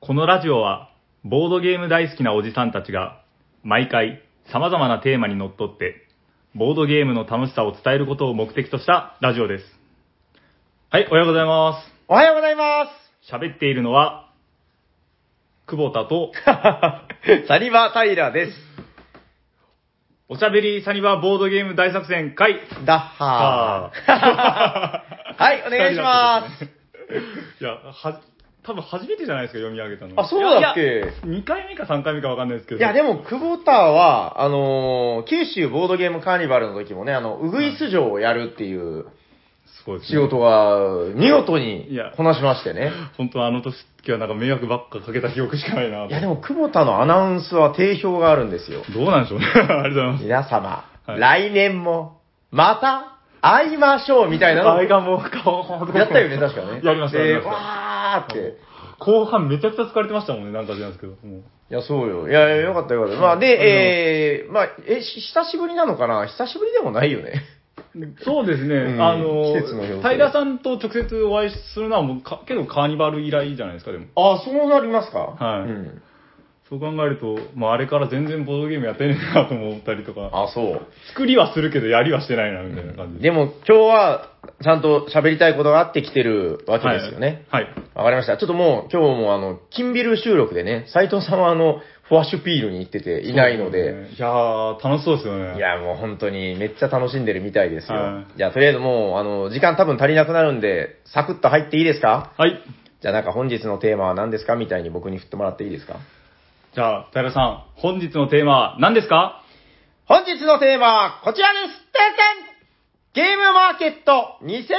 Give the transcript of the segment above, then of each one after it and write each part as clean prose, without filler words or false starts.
このラジオは、ボードゲーム大好きなおじさんたちが、毎回、様々なテーマにのっとって、ボードゲームの楽しさを伝えることを目的としたラジオです。はい、おはようございまおはようございます。喋っているのは、久保田と、 す。サニバタイラです。 おしゃべりサニバボードゲーム大作戦会。 ダッハー。はい、お願いします。 いや、多分初めてじゃないですか、読み上げたの。 あ、そうだっけ？ いや2回目か3回目か分かんないですけど。 いや、でも、久保田は、九州ボードゲームカーニバルの時もね、ウグイス城をやるっていう、 すごいですね。 仕事が見事にこなしましてね。 本当はあの時はなんか迷惑ばっかかけた記憶しかないな。 いや、でも、久保田のアナウンスは定評があるんですよ。 どうなんでしょうね。ありがとうございます。 皆様、 はい、 来年も、また、会いましょうみたいなのを。 やったよね、確かね。 やりました、やりました。 わーって。 後半めちゃくちゃ疲れてましたもんね、なんかじゃないですけど。もういや、そうよ。いや、よかったよかった。まあ、で、久しぶりなのかな？久しぶりでもないよね。 そうですね。 季節の表平さんと直接お会いするのはもうけどカーニバル以来じゃないですか、でも。 あ、そうなりますか？ はい。そう考えると、もうあれから全然ボードゲームやってねえなと思ったりとか。 あ、そう。 作りはするけどやりはしてないな、みたいな感じでも今日は、ちゃんと喋りたいことがあって来てるわけですよね。 はい。 わかりました。ちょっともう、今日も金ビル収録でね、斉藤さんはフォアシュピールに行ってていないので。 ね、いやー、楽しそうですよね。 いや、もう本当にめっちゃ楽しんでるみたいですよ。 はい、 じゃあ、とりあえずもう、時間多分足りなくなるんで、サクッと入っていいですか？ はい。 じゃあなんか本日のテーマは何ですかみたいに僕に振ってもらっていいですか？ じゃあ、平さん、本日のテーマは何ですか？ 本日のテーマはこちらです。ゲームマーケット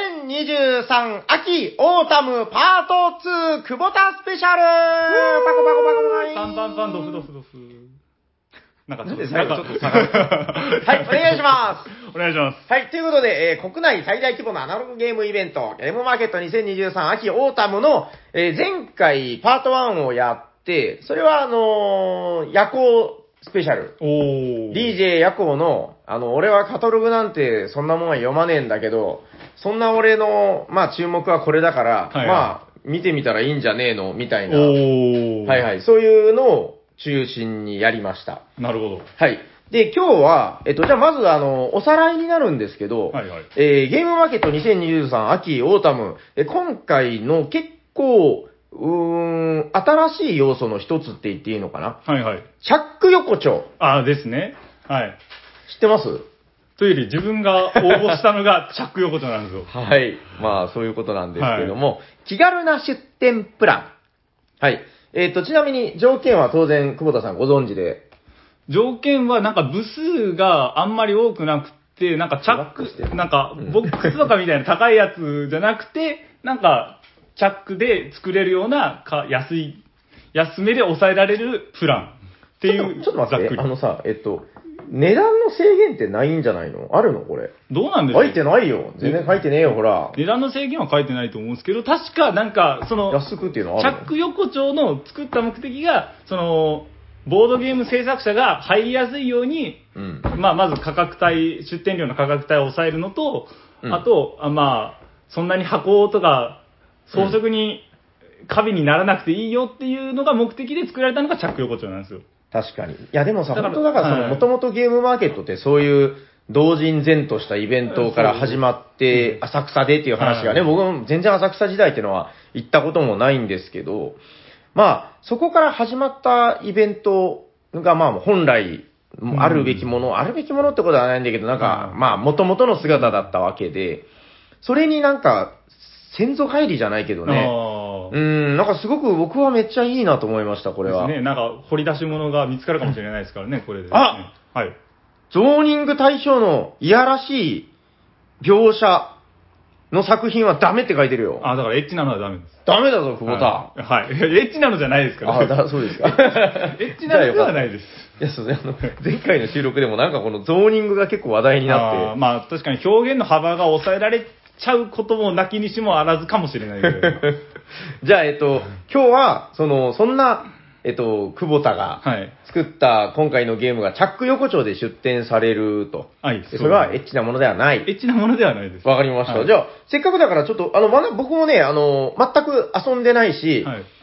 2023秋オータムパート2久保田スペシャルパコパコパコパコパンパンパンドフドフドフ。なんかちょっと下がる。はい、お願いします。 お願いします。 はい、ということで、国内最大規模のアナログゲームイベント、ゲームマーケット2023秋オータムの、前回パート1をやって、それは夜行スペシャル。DJ 夜行の、俺はカタログなんてそんなもんは読まねえんだけど、そんな俺の、まあ注目はこれだから、はいはい、まあ見てみたらいいんじゃねえのみたいな。はいはい。そういうのを中心にやりました。 なるほど。 はい。で、今日は、じゃあまずおさらいになるんですけど、 はいはい。 ゲームマーケット2023秋オータム、今回の結構、新しい要素の一つって言っていいのかな？ はいはい。 チャック横丁。 ああですね。はい。 知ってます？ というより自分が応募したのがチャック横丁なんですよ。 はい。まあそういうことなんですけども、はい、気軽な出店プラン。はい。ちなみに条件は当然久保田さんご存知で。 条件はなんか部数があんまり多くなくて、なんかチャック、なんかボックスとかみたいな高いやつじゃなくて、なんか、チャックで作れるような安めで抑えられるプランっていう。 ちょっと待って、値段の制限ってないんじゃないの？あるのこれ。 どうなんですか？ 書いてないよ。全然書いてねえよ、ほら。 値段の制限は書いてないと思うんですけど、確かなんか、 安くっていうのはあるの？ チャック横丁の作った目的が、ボードゲーム制作者が入りやすいように、まず出店料の価格帯を抑えるのと、あと、そんなに箱とか、装飾に過敏にならなくていいよっていうのが目的で作られたのがチャック横丁なんですよ。 確かに。いやでもさ、本当だからもともとゲームマーケットってそういう同人前としたイベントから始まって、浅草でっていう話がね、僕も全然浅草時代っていうのは行ったこともないんですけど、まあ、そこから始まったイベントがまあ本来あるべきものってことはないんだけど、なんか、まあ、元々の姿だったわけで、それになんか、先祖返りじゃないけどね。なんかすごく僕はめっちゃいいなと思いました、これは。 ですね。なんか掘り出し物が見つかるかもしれないですからね、これで、ね。 あ、 はい。 ゾーニング対象のいやらしい描写の作品はダメって書いてるよ。 あ、だからエッチなのはダメです。 ダメだぞ、久保田。 はい。エッチなのじゃないですから。 そうですか。 エッチなのではないです。 いや、そうね、前回の収録でもなんかこのゾーニングが結構話題になって。 まあ、確かに表現の幅が抑えられちゃうこともなきにしもあらずかもしれないけど。 じゃあ、今日は、そんな、久保田が作った今回のゲームがチャック横丁で出展されると。 はい。 それはエッチなものではない。 エッチなものではないです。 わかりました。はい、じゃあ、せっかくだからちょっと、僕もね、全く遊んでないし、はい、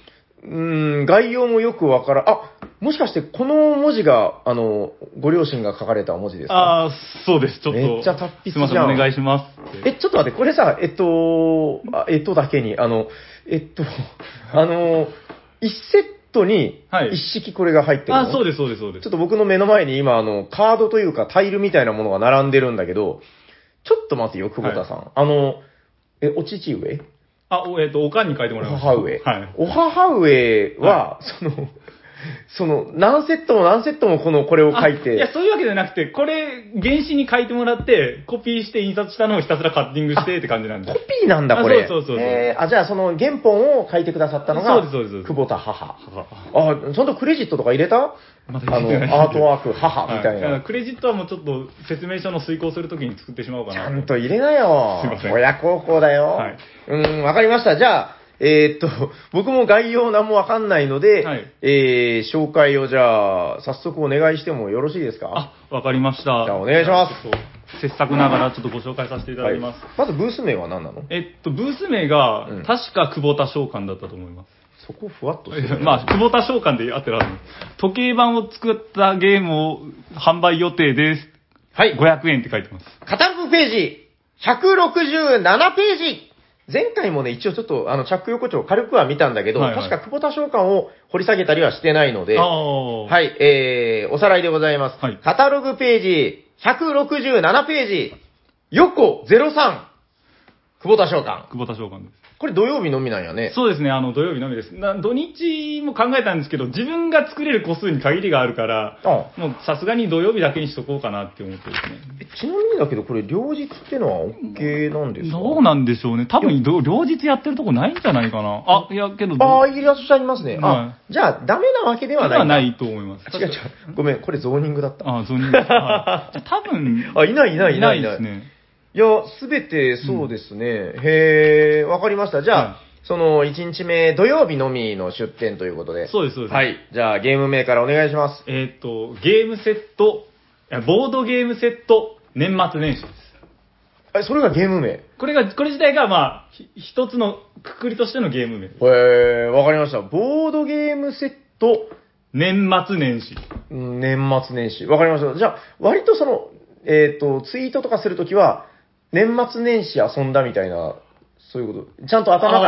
概要もよくわからん。あ、もしかしてこの文字が、ご両親が書かれた文字ですか？ ああ、そうです。ちょっと。 めっちゃ達筆じゃん。 すいません、お願いしますって。 ちょっと待って、これさ、だけに、一セットに一式これが入ってるの、 あ、そうです、そうです、そうです。 ちょっと僕の目の前に今、カードというかタイルみたいなものが並んでるんだけど、ちょっと待ってよ、久保田さん。お父上おかんに書いてもらいました。 お母上。 はい。 お母上は、何セットも何セットもこれを書いて。 いや、そういうわけじゃなくて、これ、原紙に書いてもらって、コピーして印刷したのをひたすらカッティングしてって感じなんで。 コピーなんだ、これ。 そうそう。 じゃあその原本を書いてくださったのが、 そうです。 久保田母。ちゃんとクレジットとか入れた？ まだ入れてない。 アートワーク母みたいな。 クレジットはもうちょっと説明書の遂行するときに作ってしまおうかな。 ちゃんと入れなよ。 すいません。 親孝行だよ。 はい。 わかりました。じゃあ、僕も概要なんもわかんないので、 はい紹介をじゃあ、早速お願いしてもよろしいですか？ わかりました。 じゃあお願いします。 ちょっと切削ながらちょっとご紹介させていただきます。 はい、まずブース名は何なの？ ブース名が、確か久保田商館だったと思います。 そこふわっとしてる、ね。 まあ、久保田商館であってるはず。時計盤を作ったゲームを販売予定です。 はい。 500円って書いてます。 カタログページ、167ページ。前回もね、一応ちょっと、チャック横丁軽くは見たんだけど、 はいはい、 確か久保田商館を掘り下げたりはしてないので、はい、おさらいでございます。はい、カタログページ、167ページ、横03、久保田商館。 久保田商館です。 これ土曜日のみなんやね。 そうですね、土曜日のみです。土日も考えたんですけど、自分が作れる個数に限りがあるから、もうさすがに土曜日だけにしとこうかなって思ってですね。 ちなみにだけど、これ両日ってのは OK なんですか？ どうなんでしょうね。多分両日やってるとこないんじゃないかな。いや、けど。 いらっしゃいますね。じゃあ、ダメなわけではない。 ではないと思います。 違う。ごめん、これゾーニングだった。 ゾーニング。多分。 いないですね。 いや、すべてそうですね。へー、わかりました。じゃあ、その1日目土曜日のみの出店ということで。 そうです、そうです。 はい。じゃあ、ゲーム名からお願いします。 ゲームセット、ボードゲームセット、年末年始です。 それがゲーム名？ これ自体が、まあ、一つのくくりとしてのゲーム名です。 わかりました。ボードゲームセット、 年末年始。 年末年始。わかりました。じゃあ、割とツイートとかするときは、年末年始遊んだみたいな、そういうこと。ちゃんと頭から。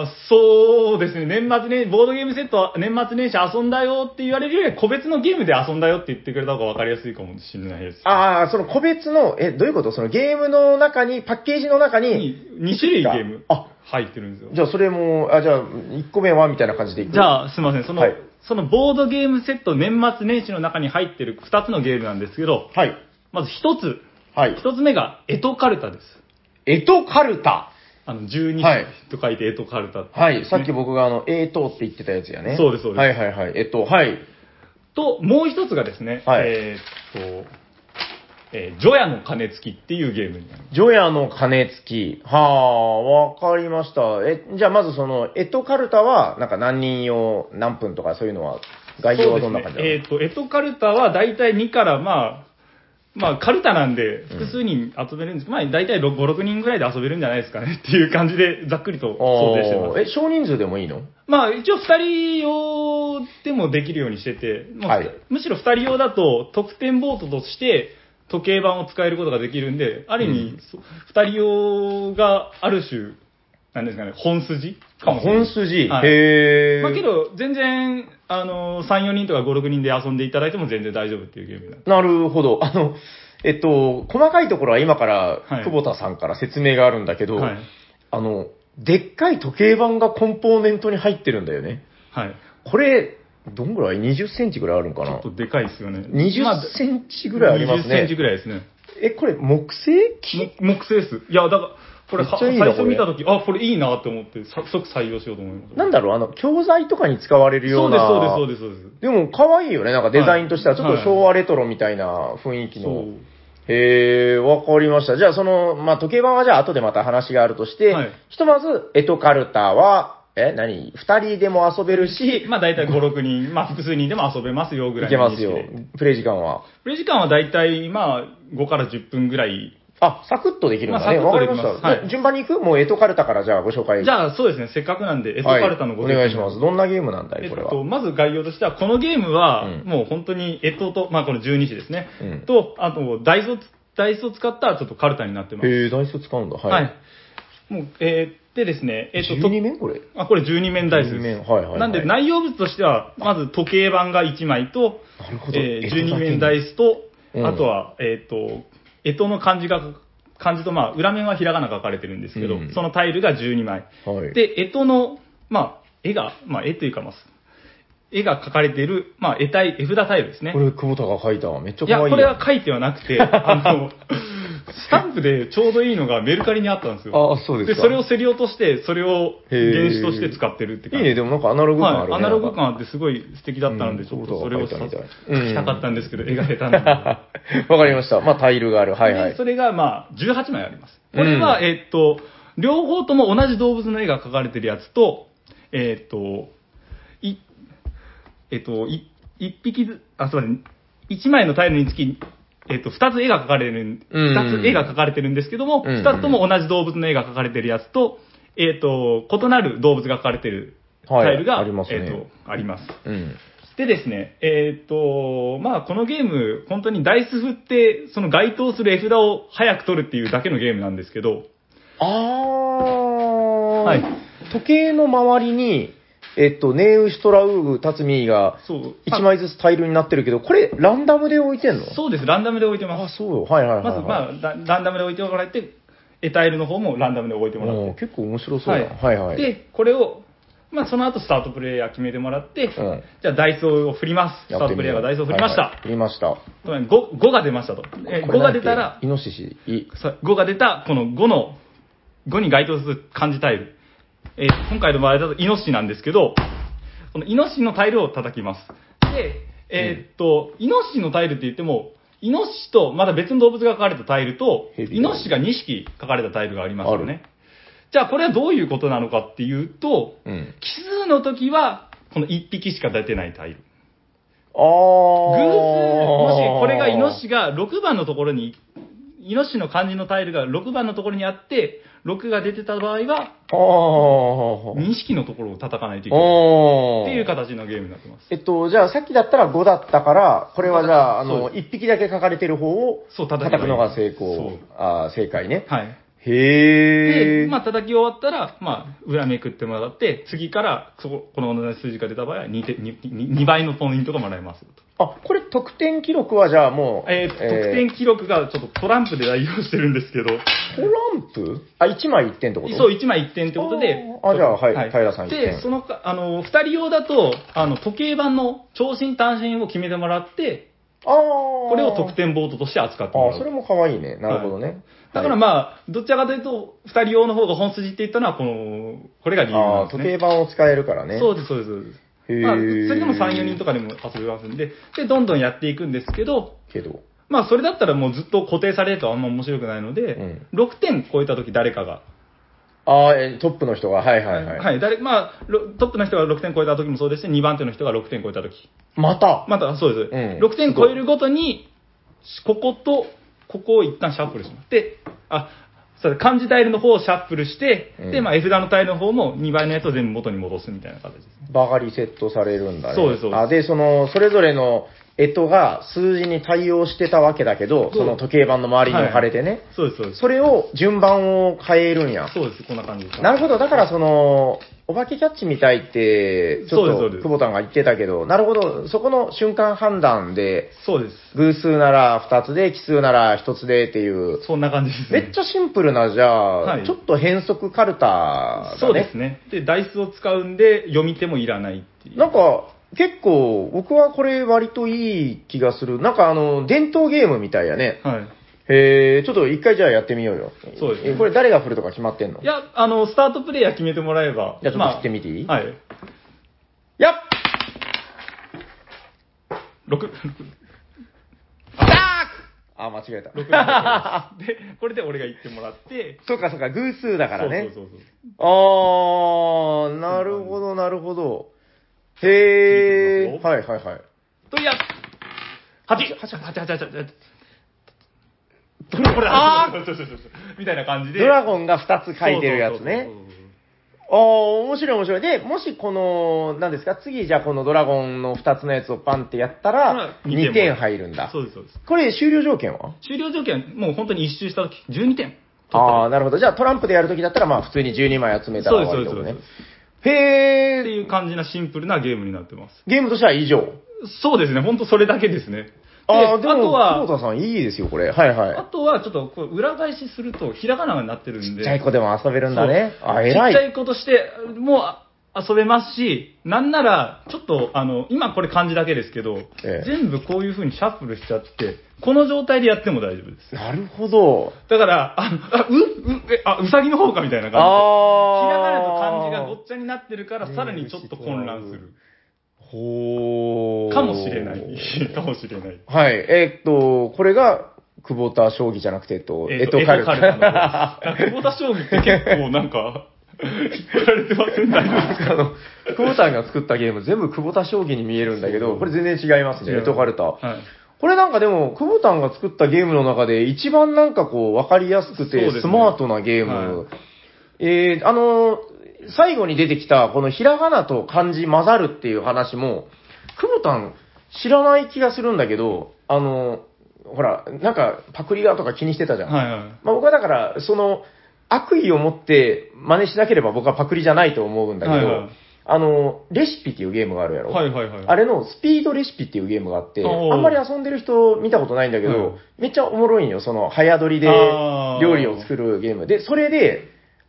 そうですね。ボードゲームセットは年末年始遊んだよって言われるより個別のゲームで遊んだよって言ってくれた方が分かりやすいかもしれないです。 その個別の、どういうこと？そのゲームの中に、パッケージの中に。 2種類ゲーム入ってるんですよ。 じゃあそれも、じゃあ1個目はみたいな感じでいく？ じゃあ、すいません。そのボードゲームセット年末年始の中に入ってる2つのゲームなんですけど、 はい。 まず1つ。 はい。 1つ目が、エトカルタです。 エトカルタ。 12と書いてエトカルタ、ね。 はい。さっき僕がエトって言ってたやつやね。 そうです、そうです。 はい。はい。 と、もう一つがですね、 はい。 ジョヤの鐘つきっていうゲームになります。 ジョヤの鐘つき。わかりました。じゃあまずその、エトカルタは、なんか何人用、何分とかそういうのは、概要はどんな感じなの？ エトカルタは大体2からまあ、カルタなんで、複数人遊べるんですけど、まあ、大体5、6人ぐらいで遊べるんじゃないですかねっていう感じで、ざっくりと想定してます。 少人数でもいいの？ まあ、一応2人用でもできるようにしてて、 はい、 むしろ2人用だと、得点ボートとして、時計盤を使えることができるんで、ある意味、2人用がある種、なんですかね、本筋かもしれない。 本筋、 はい、 へー。 まあけど、全然、3、4人とか5、6人で遊んでいただいても全然大丈夫っていうゲームになる。 なるほど。細かいところは今から、久保田さんから説明があるんだけど、はい、でっかい時計盤がコンポーネントに入ってるんだよね。 はい。 これ、どんぐらい ?20 センチぐらいあるんかな？ ちょっとでかいですよね。 20センチぐらいありますね。 20センチぐらいですね。 これ木製木製です。いや、だから、これ最初見たとき、これいいなって思って、即採用しようと思います。 なんだろう、教材とかに使われるような。 そうです。 でも、可愛いよね。なんかデザインとしては、ちょっと昭和レトロみたいな雰囲気の。へー、わかりました。じゃあ、時計盤はじゃあ、後でまた話があるとして、ひとまず、エトカルタは、二人でも遊べるし、 まあ大体5、6人、まあ複数人でも遊べますよぐらいいけますよ。プレイ時間は大体まあ5から10分ぐらいあ、サクッとできるんだね。 まあわかりました。 サクッとできますはい順番に行くもうエトカルタからじゃあご紹介。 じゃあ、そうですね、せっかくなんで、エトカルタのごはい、お願いします。どんなゲームなんだい、これは。 まず概要としては、このゲームは、 うんもう本当に干支と、まあこの12種ですね、 うんと、あと、ダイスを使ったちょっとカルタになってます。 へえ、ダイス使うんだ。はい。 はい。もう、でですね、 12面これ。 これ12面ダイスです。 12面はいはいはいなんで内容物としては、まず時計盤が1枚と、 なるほど 12面ダイスと、 うんあとは、干支の漢字と、まあ、裏面はひらがな書かれてるんですけど、 うんそのタイルが12枚。 はいで、干支の、まあ、絵が、まあ、絵というか、まあ、絵が描かれている、まあ、絵札タイルですね。 これ、久保田が書いた。めっちゃいや、 可愛い。 これは書いてはなくて、スタンプでちょうどいいのがメルカリにあったんですよ。 あ、そうですか。 それを競り落として、それを原資として使ってるって感じ。 いいね、でもなんかアナログ感あるね。 はい、アナログ感あってすごい素敵だったので、 うんちょっとそれをそうだ書いたみたい書きたかったんですけど、絵が下手なんで。 わかりました。まあ、タイルがある。はいはいで。それがまあ18枚あります。これは、両方とも同じ動物の絵が描かれてるやつと、一匹ず、すみません。1枚のタイルにつき、2つ絵が描かれる、2つ絵が描かれてるんですけども、 うんうん 2つとも同じ動物の絵が描かれてるやつと、異なる動物が描かれてるタイルが、 はいありますねあります。 うん。 でですね、まあこのゲーム、本当にダイス振って、その該当する絵札を早く取るっていうだけのゲームなんですけど、 はい。時計の周りに、ネウシュトラウーグ、タツミーがそう。 1枚ずつタイルになってるけど、これランダムで置いてんの？ そうです、ランダムで置いてまあ、 す。 そう。はいはいはい、はい。 まず、まあ、ランダムで置いてもらって、絵タイルの方もランダムで置いてもらって。 結構面白そうだ。はいはい。 で、これを、まあ、その後スタートプレイヤー決めてもらって、 んじゃあダイスを振ります。スタートプレイヤーがダイスを振りました。 はいはい振りました。 5が出ましたと。5が出たら、 イノシシ、 5が出た、この5に該当する漢字タイル。今回の場合だとイノシシなんですけど、このイノシシのタイルを叩きます。で、イノシシのタイルって言っても、イノシシとまだ別の動物が描かれたタイルと、 蛇イノシシが2匹描かれたタイルがありますよね。じゃあこれはどういうことなのかっていうと、奇数の時は、この1匹しか出てないタイル。偶数、もしこれがイノシシが6番のところに、イノシシの漢字のタイルが6番のところにあって、6が出てた場合は、2匹のところを叩かないといけない。っていう形のゲームになってます。 じゃあさっきだったら5だったから、これはじゃあ、 そう 1匹だけ書かれてる方をそう叩くのが成功。正解ね。 はい。 へー。 で、まあ、叩き終わったら、まあ、裏めくってもらって、次から、この同じ数字が出た場合は2倍のポイントがもらえますと。 あ、これ得点記録はじゃあもう、 得点記録がちょっとトランプで代用してるんですけど。 トランプ1枚1点ってこと？ そう、1枚1点ってことで。 じゃあ、はい、平さん1点。 で、その、2人用だと、時計盤の長身短身を決めてもらって、これを得点ボードとして扱ってもらう。 それも可愛いね。なるほどね。 だからまあ、どちらかというと、2人用の方が本筋って言ったのは、これが理由なんですね。 時計盤を使えるからね。 そうです、そうです。まあ、それでも3、4人とかでも遊べますんで、で、どんどんやっていくんですけど、まあ、それだったらもうずっと固定されるとあんま面白くないので、6点超えた時誰かが。 トップの人が、はいはいはい。 はい、まあ、トップの人が6点超えた時もそうですし、2番手の人が6点超えた時。 また、 そうです。6点超えるごとに、ここを一旦シャッフルします。で、漢字タイルの方をシャッフルして、で、まあ、絵札のタイルの方も2倍のやつを全部元に戻すみたいな形ですね。 場がリセットされるんだね。 そうです、そうです。 で、それぞれの干支が数字に対応してたわけだけど、その時計盤の周りに置かれてね。 そうです、そうです。 それを順番を変えるんや。 そうです、こんな感じです。 なるほど。だからお化けキャッチみたいって、ちょっと、久保田が言ってたけど、なるほど、そこの瞬間判断で、 そうです。 偶数なら2つで、奇数なら1つでっていう。 そんな感じですね。めっちゃシンプルな、じゃあ、ちょっと変則カルタだね。 そうですね。で、ダイスを使うんで、読み手もいらないっていう。 なんか、結構、僕はこれ割といい気がする。なんか伝統ゲームみたいやね。 はい。 ちょっと一回じゃあやってみようよ。 そうですね。 これ誰が振るとか決まってんの？ いや、スタートプレイヤー決めてもらえば。 じゃあちょっと振ってみていい？ はい。 やっ 6。 間違えた。 6で、これで俺が言ってもらって。 そうかそうか、偶数だからね。 そう。 なるほどなるほど。へー。はいはいはい。 と、8。 これあみたいな感じで。 ドラゴンが2つ書いてるやつね。面白い面白い。で、もしこの、何ですか、次じゃあこのドラゴンの2つのやつをパンってやったら、2点入るんだ。 そうです、そうです。 これ終了条件は終了条件はもう本当に一周した時、12点。 ああ、なるほど。じゃあトランプでやるときだったら、まあ普通に12枚集めたら終わりってことね。へっていう感じなシンプルなゲームになってます。 ゲームとしては以上。 そうですね、本当それだけですね。 でも、 あとは、 久保田さんいいですよ、これ。はいはい。 あとは、ちょっとこう裏返しすると、ひらがなになってるんで。 ちっちゃい子でも遊べるんだね。あ、偉い。 ちっちゃい子として、もう遊べますし、なんなら、ちょっと、今これ漢字だけですけど、全部こういう風にシャッフルしちゃって、この状態でやっても大丈夫です。 なるほど。 だから、うさぎの方かみたいな感じで。ひらがなと漢字がごっちゃになってるから、さらにちょっと混乱する。かもしれない。かもしれない。 はい。これが、久保田将棋じゃなくて、エトカルタ。 久保田将棋って結構なんか、引っ張られてません大丈夫ですか久保田が作ったゲーム全部久保田将棋に見えるんだけど、これ全然違いますね、エトカルタ。はい、これなんかでも、久保田が作ったゲームの中で一番なんかこう、わかりやすくて、スマートなゲーム。はい、最後に出てきた、このひらがなと漢字混ざるっていう話も、久保田知らない気がするんだけど、ほら、なんかパクリがとか気にしてたじゃん。 はいはい、 まあ僕はだから、悪意を持って真似しなければ僕はパクリじゃないと思うんだけど、はいはい、レシピっていうゲームがあるやろ。 はいはいはい、 あれのスピードレシピっていうゲームがあって、あんまり遊んでる人見たことないんだけど、めっちゃおもろいんよ。早撮りで料理を作るゲーム。で、それで、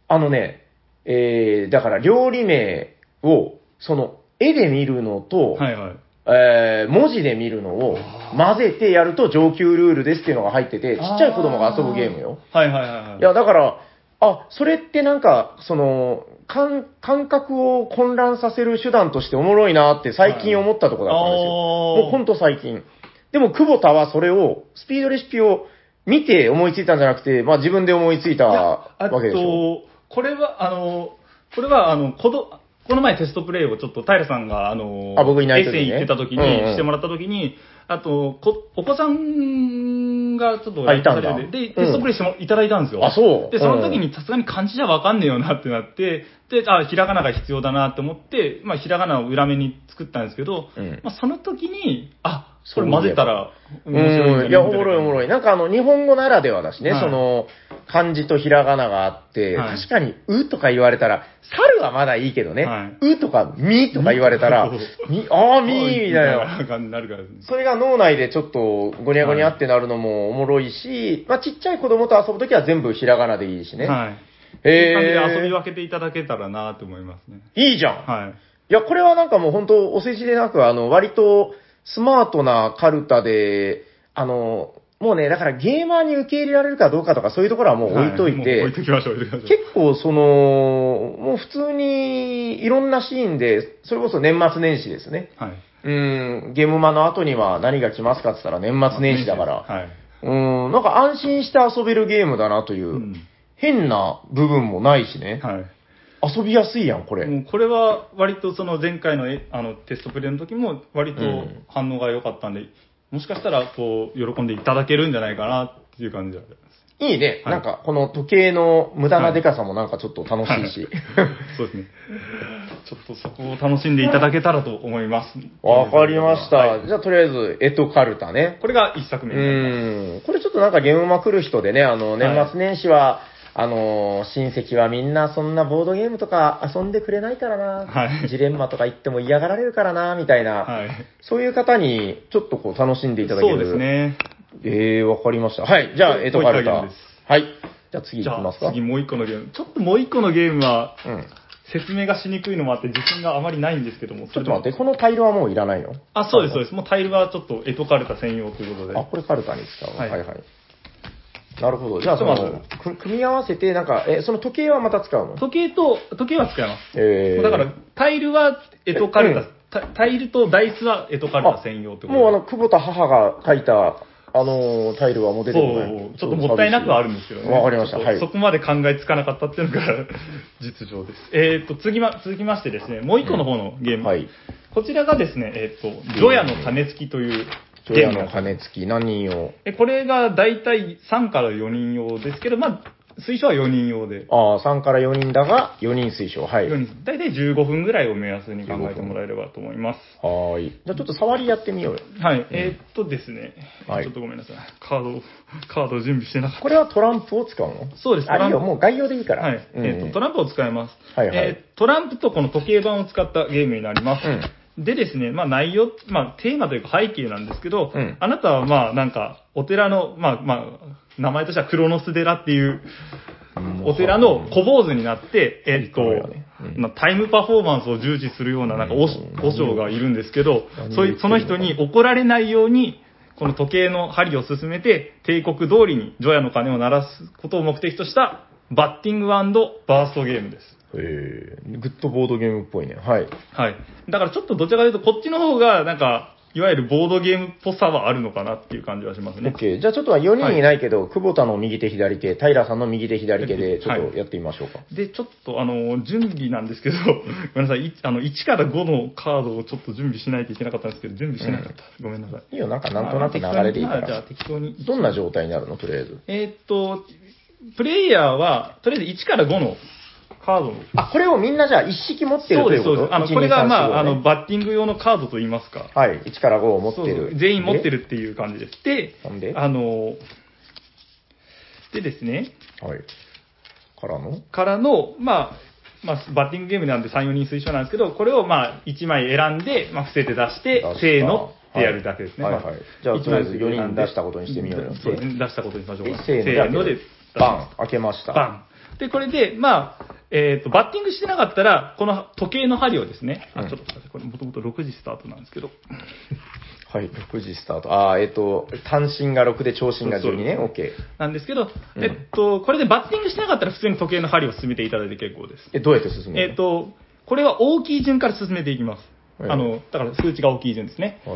だから料理名を、絵で見るのと、はいはい、文字で見るのを混ぜてやると上級ルールですっていうのが入ってて、ちっちゃい子供が遊ぶゲームよ。 はいはいはい。 いや、だから、それってなんか、感覚を混乱させる手段としておもろいなって最近思ったところだったんですよ。もうほんと最近。でも、久保田はそれを、スピードレシピを見て思いついたんじゃなくて、まあ自分で思いついたわけでしょ。 これは、この前テストプレイをちょっと平さんが、 僕いない時に、 エッセイ行ってた時に、してもらった時に、あと、お子さんがちょっといたんだ。 で、テストプレイしてもいただいたんですよ。 そう。 で、その時にさすがに漢字じゃわかんねえよなってなって、で、ひらがなが必要だなって思って、まあ、ひらがなを裏目に作ったんですけど、まあ、その時に、これ混ぜたら面白いんだね。 いや、おもろいおもろい。なんか日本語ならではだしね、はい、漢字とひらがながあって、はい、確かに、うとか言われたら、猿はまだいいけどね、はい、うとかみとか言われたら、みみたいな。 なるから、 それが脳内でちょっとゴニャゴニャってなるのもおもろいし、まあちっちゃい子供と遊ぶときは全部ひらがなでいいしね。 はい。そういう感じで遊び分けていただけたらなと思いますね。 いいじゃん。 はい。 いや、これはなんかもう本当お世辞でなく、割とスマートなカルタで、もうね、だからゲーマーに受け入れられるかどうかとかそういうところはもう置いといて、はい、 置いときましょう、結構もう普通にいろんなシーンで、それこそ年末年始ですね。 はい。 ゲームマの後には何が来ますかって言ったら年末年始だから、 はい。 なんか安心して遊べるゲームだなという、変な部分もないしね。 はい。 遊びやすいやん、これ。 もうこれは割と前回のテストプレイの時も割と反応が良かったんで、もしかしたらこう喜んでいただけるんじゃないかなっていう感じであります。 いいね、はい。なんかこの時計の無駄なデカさもなんかちょっと楽しいし。 はい、そうですね。ちょっとそこを楽しんでいただけたらと思います。 わかりました。はい、じゃあとりあえず、エトカルタね。 これが一作目になります。 これちょっとなんかゲームマ来る人でね、年末年始は、親戚はみんなそんなボードゲームとか遊んでくれないからな、はい、ジレンマとか言っても嫌がられるからな、みたいな、はい、そういう方にちょっとこう楽しんでいただける。 そうですね。 わかりました。はい、じゃあ、エトカルタ。はい。じゃあ次行きますか。 次もう一個のゲーム。ちょっともう一個のゲームは、説明がしにくいのもあって自信があまりないんですけども。 ちょっと待って、このタイルはもういらないの？ そうです、そうです。もうタイルはちょっとエトカルタ専用ということで。 これカルタに使う。はいはい。なるほど。じゃあ組み合わせて、なんか、その時計はまた使うの？ 時計は使います。だから、タイルはエトカルタ、タイルとダイスはエトカルタ専用ということで。 もう久保田母が書いた、タイルはもう出てこない。 ちょっともったいなくはあるんですけどね。 わかりました。はい。 そこまで考えつかなかったっていうのが実情です。続きましてですね、もう一個の方のゲーム。はい。こちらがですね、除夜の種付きという除夜の鐘付き、何人用？ これがだいたい3から4人用ですけど、まあ、推奨は4人用で。 ああ、3から4人だが、4人推奨。はい。 だいたい15分ぐらいを目安に考えてもらえればと思います。 はい。じゃあちょっと触りやってみようよ。 はい。ですね、はい。ちょっとごめんなさい。カードを準備してなかった。 これはトランプを使うの？ そうです。 いいよ、もう概要でいいから。 はい。トランプを使います。 はいはい。 トランプとこの時計盤を使ったゲームになります。でですね、まあ内容、まあテーマというか背景なんですけど、あなたはまあなんか、お寺の、まあ、名前としてはクロノス寺っていう、お寺の小坊主になって、タイムパフォーマンスを重視するような、なんか、和尚がいるんですけど、その人に怒られないように、この時計の針を進めて、帝国通りに除夜の鐘を鳴らすことを目的とした、バッティング&バーストゲームです。 グッドボードゲームっぽいね。はい。 はい。だからちょっとどちらかというと、こっちの方が、なんか、いわゆるボードゲームっぽさはあるのかなっていう感じはしますね。 OK。じゃあちょっとは4人いないけど、久保田の右手左手、平さんの右手左手でちょっとやってみましょうか。 で、ちょっと準備なんですけど、ごめんなさい、1から5のカードをちょっと準備しないといけなかったんですけど、準備しなかった。ごめんなさい。 いいよ、なんかなんとなく流れでいいから。 じゃあ適当に。 どんな状態になるのとりあえず。 プレイヤーは、とりあえず1から5のカード。 これをみんなじゃあ一式持ってるということ？ そうです。これがまあ、バッティング用のカードといいますか。 はい、1から5を持ってる。 全員持ってるっていう感じです。で、 なんででですね。 はい。 からの、まあ、バッティングゲームなんで3、4人推奨なんですけど、これをまあ、1枚選んで、まあ、伏せて出して、せーのってやるだけですね。 はい。じゃあ、とりあえず4人出したことにしてみようよ。 そうですね、出したことにしましょうか。 せーので、バン、開けました。 バン。で、これで、まあ、バッティングしてなかったら、この時計の針をですね、ちょっと待って、これもともと6時スタートなんですけど。 はい、6時スタート。単身が6で長身が12ね、OK。 なんですけど、これでバッティングしてなかったら普通に時計の針を進めていただいて結構です。 どうやって進めるの？ これは大きい順から進めていきます。だから数値が大きい順ですね。 はい、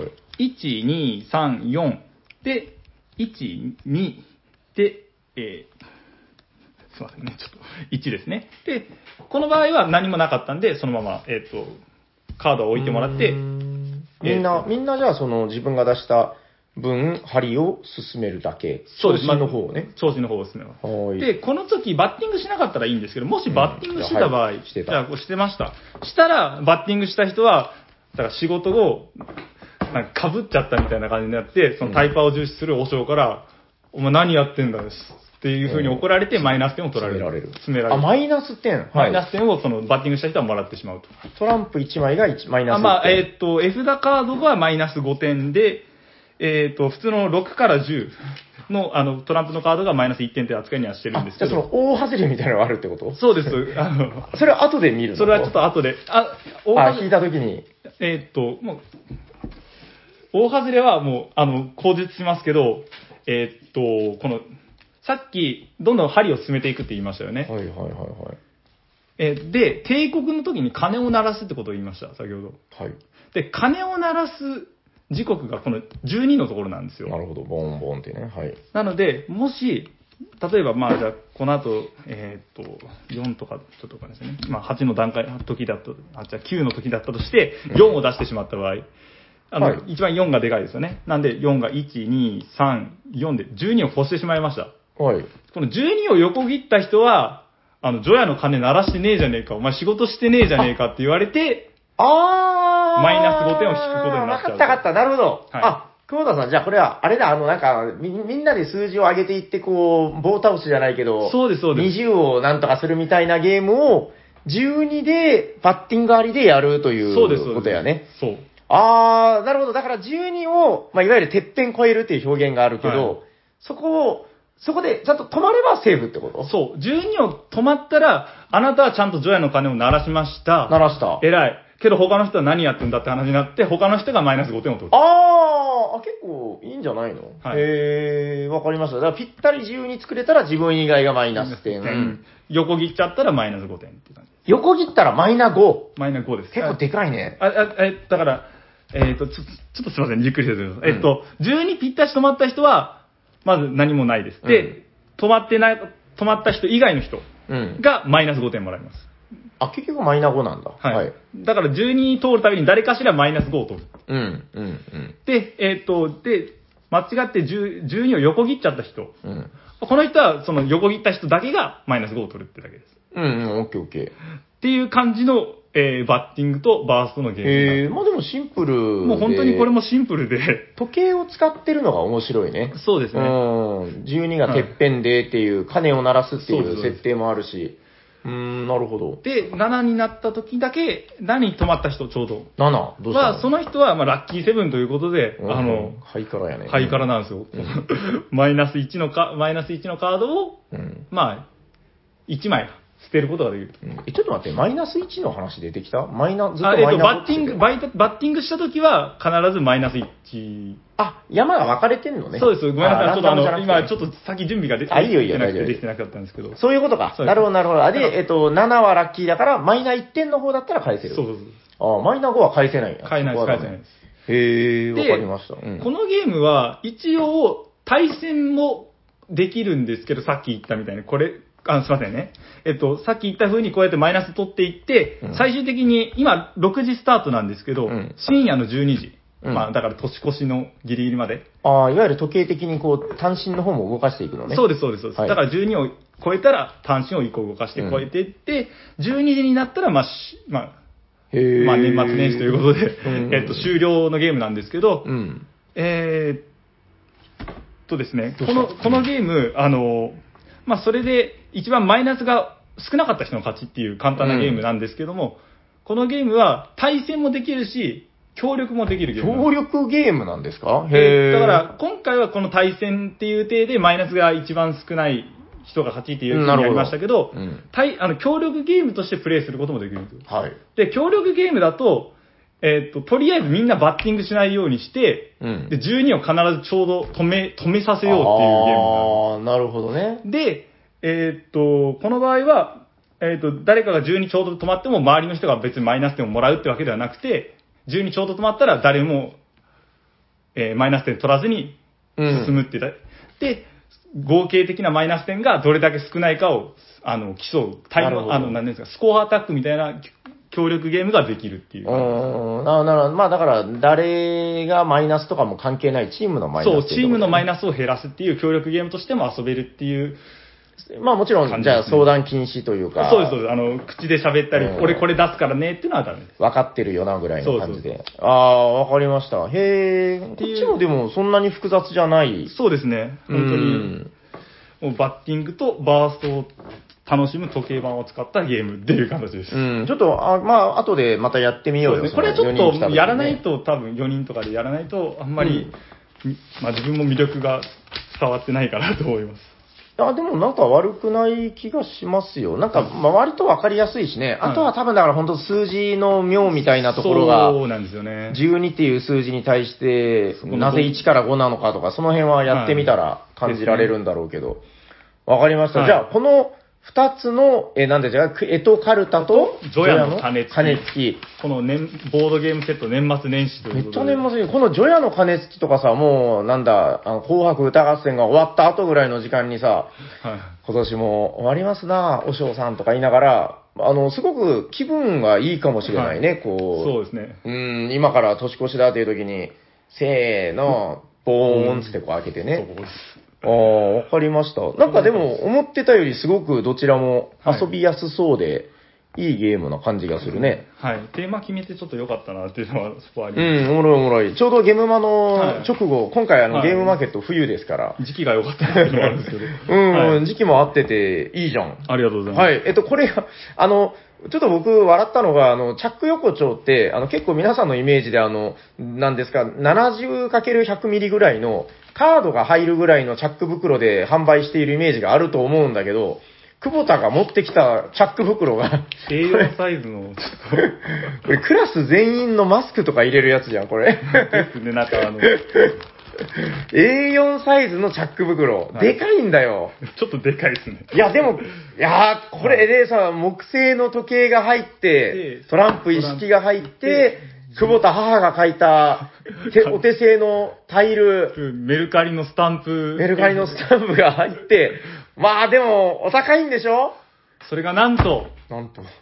1、2、3、4で、1、2で、すいませんね、ちょっと、1ですね。で、この場合は何もなかったんで、そのまま、カードを置いてもらって、 みんなじゃあその自分が出した分、針を進めるだけ。 そうです。 調子の方をね。 調子の方を進めます。で、この時バッティングしなかったらいいんですけど、もしバッティングしてた場合、じゃあしてました。したら、バッティングした人は、だから仕事を、なんか被っちゃったみたいな感じになって、そのタイパーを重視する和尚から、お前何やってんだよ。っていう風に怒られて、マイナス点を取られる。詰められる。 マイナス点。 マイナス点をそのバッティングした人はもらってしまうと。 トランプ1枚がマイナス点。 まあ、絵札カードはマイナス5点で、普通の6から10の、トランプのカードがマイナス1点って扱いにはしてるんですけど。 じゃあその大外れみたいなのがあるってこと？ そうです。 それは後で見るの？ それはちょっと後で。 引いた時に。 もう、大外れはもう、口述しますけど、この、さっき、どんどん針を進めていくって言いましたよね。 はい。 で、帝国の時に鐘を鳴らすってことを言いました、先ほど。 はい。 で、鐘を鳴らす時刻がこの12のところなんですよ。 なるほど、ボンボンってね。はい。 なので、もし、例えば、まあ、じゃあ、この後、4とか、ちょっとかですね。まあ、8の段階、時だと、じゃあ9の時だったとして、4を出してしまった場合、一番4がでかいですよね。なんで、4が1、2、3、4で、12を越してしまいました。 はい。 この12を横切った人は、除夜の鐘鳴らしてねえじゃねえか、お前仕事してねえじゃねえかって言われて、マイナス5点を引くことになっちゃう。 わかった、なるほど。はい、久保田さん、じゃあこれは、あれだ、なんかみんなで数字を上げていって、こう、棒倒しじゃないけど、 そうです。 20をなんとかするみたいなゲームを、12で、バッティングありでやるということやね。 そう。 なるほど。だから12を、まあ、いわゆるてっぺん超えるっていう表現があるけど、はい、そこでちゃんと止まればセーフってこと？ そう。12を止まったら、あなたはちゃんと除夜の鐘を鳴らしました。 鳴らした。 偉い。けど他の人は何やってんだって話になって、他の人がマイナス5点を取る。 結構いいんじゃないの？ はい、 わかりました。だからぴったり12作れたら自分以外がマイナス点。 横切っちゃったらマイナス5点って感じ。 横切ったらマイナ5。 マイナ5です。 結構でかいね。 だから、ちょっとすいません、ゆっくりしてください。12ぴったし止まった人は、まず何もないです。で、止まった人以外の人がマイナス5点もらいます。 結局マイナス5なんだ。 はい。だから12通るたびに誰かしらマイナス5を取る。 うんうんうんで、で、間違って12を横切っちゃった人。 うん。 この人は、その横切った人だけがマイナス5を取るってだけです。 うんうん、オッケーオッケー。 っていう感じの、バッティングとバーストのゲーム。 まあでもシンプルで。 もう本当にこれもシンプルで。 時計を使ってるのが面白いね。 そうですね。 12がてっぺんでっていう、鐘を鳴らすっていう設定もあるし。なるほど。 で、7になった時だけ、7に止まった人ちょうど。 7? どうしたの？ その人は、まあ、ラッキーセブンということで、 ハイカラやね。 ハイカラなんですよ。マイナス1のカードを、まあ、1枚捨てることができる。 ちょっと待って、マイナス1の話出てきた？ずっとマイナスバッティングしたときは必ずマイナス1。 山が分かれてんのね。 そうです。ごめんなさい。ちょっと今ちょっと先準備ができてなかったんですけど。 そういうことか。なるほど、なるほど。で、7はラッキーだから、マイナ1点の方だったら返せる。 そう。 マイナ5は返せないんや。 返せないです。 へー、わかりました。 このゲームは、一応、対戦もできるんですけど、さっき言ったみたいに、これ、すいませんね。さっき言った風にこうやってマイナス取っていって、最終的に、今、6時スタートなんですけど、深夜の12時。まあ、だから年越しのギリギリまで。 いわゆる時計的にこう、単身の方も動かしていくのね。 そうです。だから12を超えたら、単身を1個動かして超えていって、12時になったら、まあ、年末年始ということで、終了のゲームなんですけど、ですね、このゲーム、まあ、それで一番マイナスが少なかった人の勝ちっていう簡単なゲームなんですけども、このゲームは対戦もできるし、協力もできるゲーム。 協力ゲームなんですか？ だから、今回はこの対戦っていう体でマイナスが一番少ない人が勝ちっていうふうにやりましたけど、協力ゲームとしてプレイすることもできるんですよ。 はい。 で、協力ゲームだと、とりあえずみんなバッティングしないようにして、で、12を必ずちょうど止めさせようっていうゲームなるほどね。 で、この場合は、誰かが12ちょうど止まっても周りの人が別にマイナス点をもらうってわけではなくて、12ちょうど止まったら誰も、マイナス点取らずに進むってで、合計的なマイナス点がどれだけ少ないかを、競う、何ですか、スコアアタックみたいな協力ゲームができるっていう。 なるほど。まあだから、誰がマイナスとかも関係ないチームのマイナス、 そう、チームのマイナスを減らすっていう協力ゲームとしても遊べるっていう。 まあもちろん、じゃあ相談禁止というか。 そうです。口で喋ったり、俺これ出すからねっていうのはダメです。 分かってるよなぐらいの感じで。わかりました。へー。こっちもでもそんなに複雑じゃない。 そうですね。本当に。もうバッティングとバーストを楽しむ時計盤を使ったゲームっていう形です。 ちょっと、まあ、後でまたやってみようよ。 これはちょっとやらないと、多分4人とかでやらないと、あんまり、まあ自分も魅力が伝わってないかなと思います。 でもなんか悪くない気がしますよ。なんか、まあ割とわかりやすいしね。あとは多分だから本当数字の妙みたいなところが、 そうなんですよね。 12っていう数字に対して、なぜ1から5なのかとか、その辺はやってみたら感じられるんだろうけど。わかりました。じゃあ、この2つの、なんでじゃエトカルタと、 ジョヤの鐘つき。 このボードゲームセット年末年始ということで。 めっちゃ年末年始。このジョヤの鐘つきとかさ、もう、なんだ、紅白歌合戦が終わった後ぐらいの時間にさ、今年も終わりますな、お嬢さんとか言いながら、すごく気分がいいかもしれないね、 そうですね。 今から年越しだという時に、せーの、ボーンつってこう開けてね。 そうです。 わかりました。なんかでも、思ってたよりすごくどちらも遊びやすそうで、いいゲームな感じがするね。 はい。テーマ決めてちょっと良かったなっていうのは、そこはあります。おもろいおもろい。ちょうどゲームマの直後、今回ゲームマーケット冬ですから。 時期が良かったっていうのもあるんですけど。 時期も合ってていいじゃん。 ありがとうございます。 はい。これが、ちょっと僕笑ったのが、チャック横丁って、結構皆さんのイメージでなんですか、70×100 ミリぐらいのカードが入るぐらいのチャック袋で販売しているイメージがあると思うんだけど、久保田が持ってきたチャック袋が A4 サイズの、 これクラス全員のマスクとか入れるやつじゃん、これ。 ですね、なんか A4 サイズのチャック袋、でかいんだよ。 ちょっとでかいですね。 いや、でも、これでさ、木製の時計が入って、トランプ一式が入って、久保田母が書いた、お手製のタイル、 メルカリのスタンプが入って、まあでも、お高いんでしょ？ それがなんと、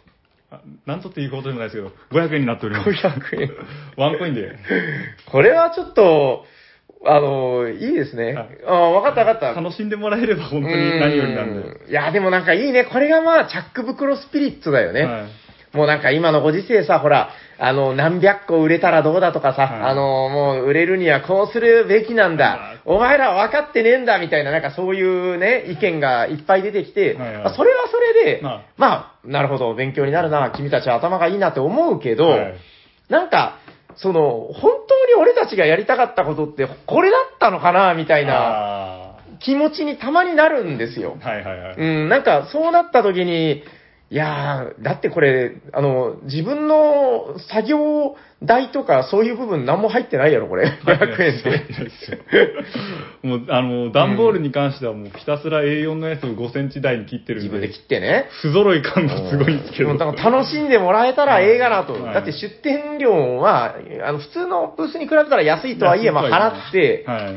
なんとっていうことでもないですけど、500円になっております。 500円。 ワンコインで。 これはちょっと、いいですね。わかったわかった。 楽しんでもらえれば本当に何よりなんで。 いや、でもなんかいいね。これがまあ、チャック袋スピリッツだよね。はい、もうなんか今のご時世さ、ほら、何百個売れたらどうだとかさ、はい、もう売れるにはこうするべきなんだ。お前ら分かってねえんだ、みたいな、なんかそういうね、意見がいっぱい出てきて、はいはい、それはそれで、まあ、なるほど、勉強になるな、君たちは頭がいいなって思うけど、はい、なんか、本当に俺たちがやりたかったことって、これだったのかな、みたいな気持ちにたまになるんですよ。 はいはいはい。 なんか、そうなった時に、いやー、だってこれ、自分の作業代とかそういう部分何も入ってないやろ、これ。500円で。 もう、段ボールに関してはもうひたすら A4 のやつを5センチ台に切ってるんで。 自分で切ってね。 不揃い感がすごいんですけど。 楽しんでもらえたらええがなと。だって出店料は、普通のブースに比べたら安いとはいえ、まあ払って、はい、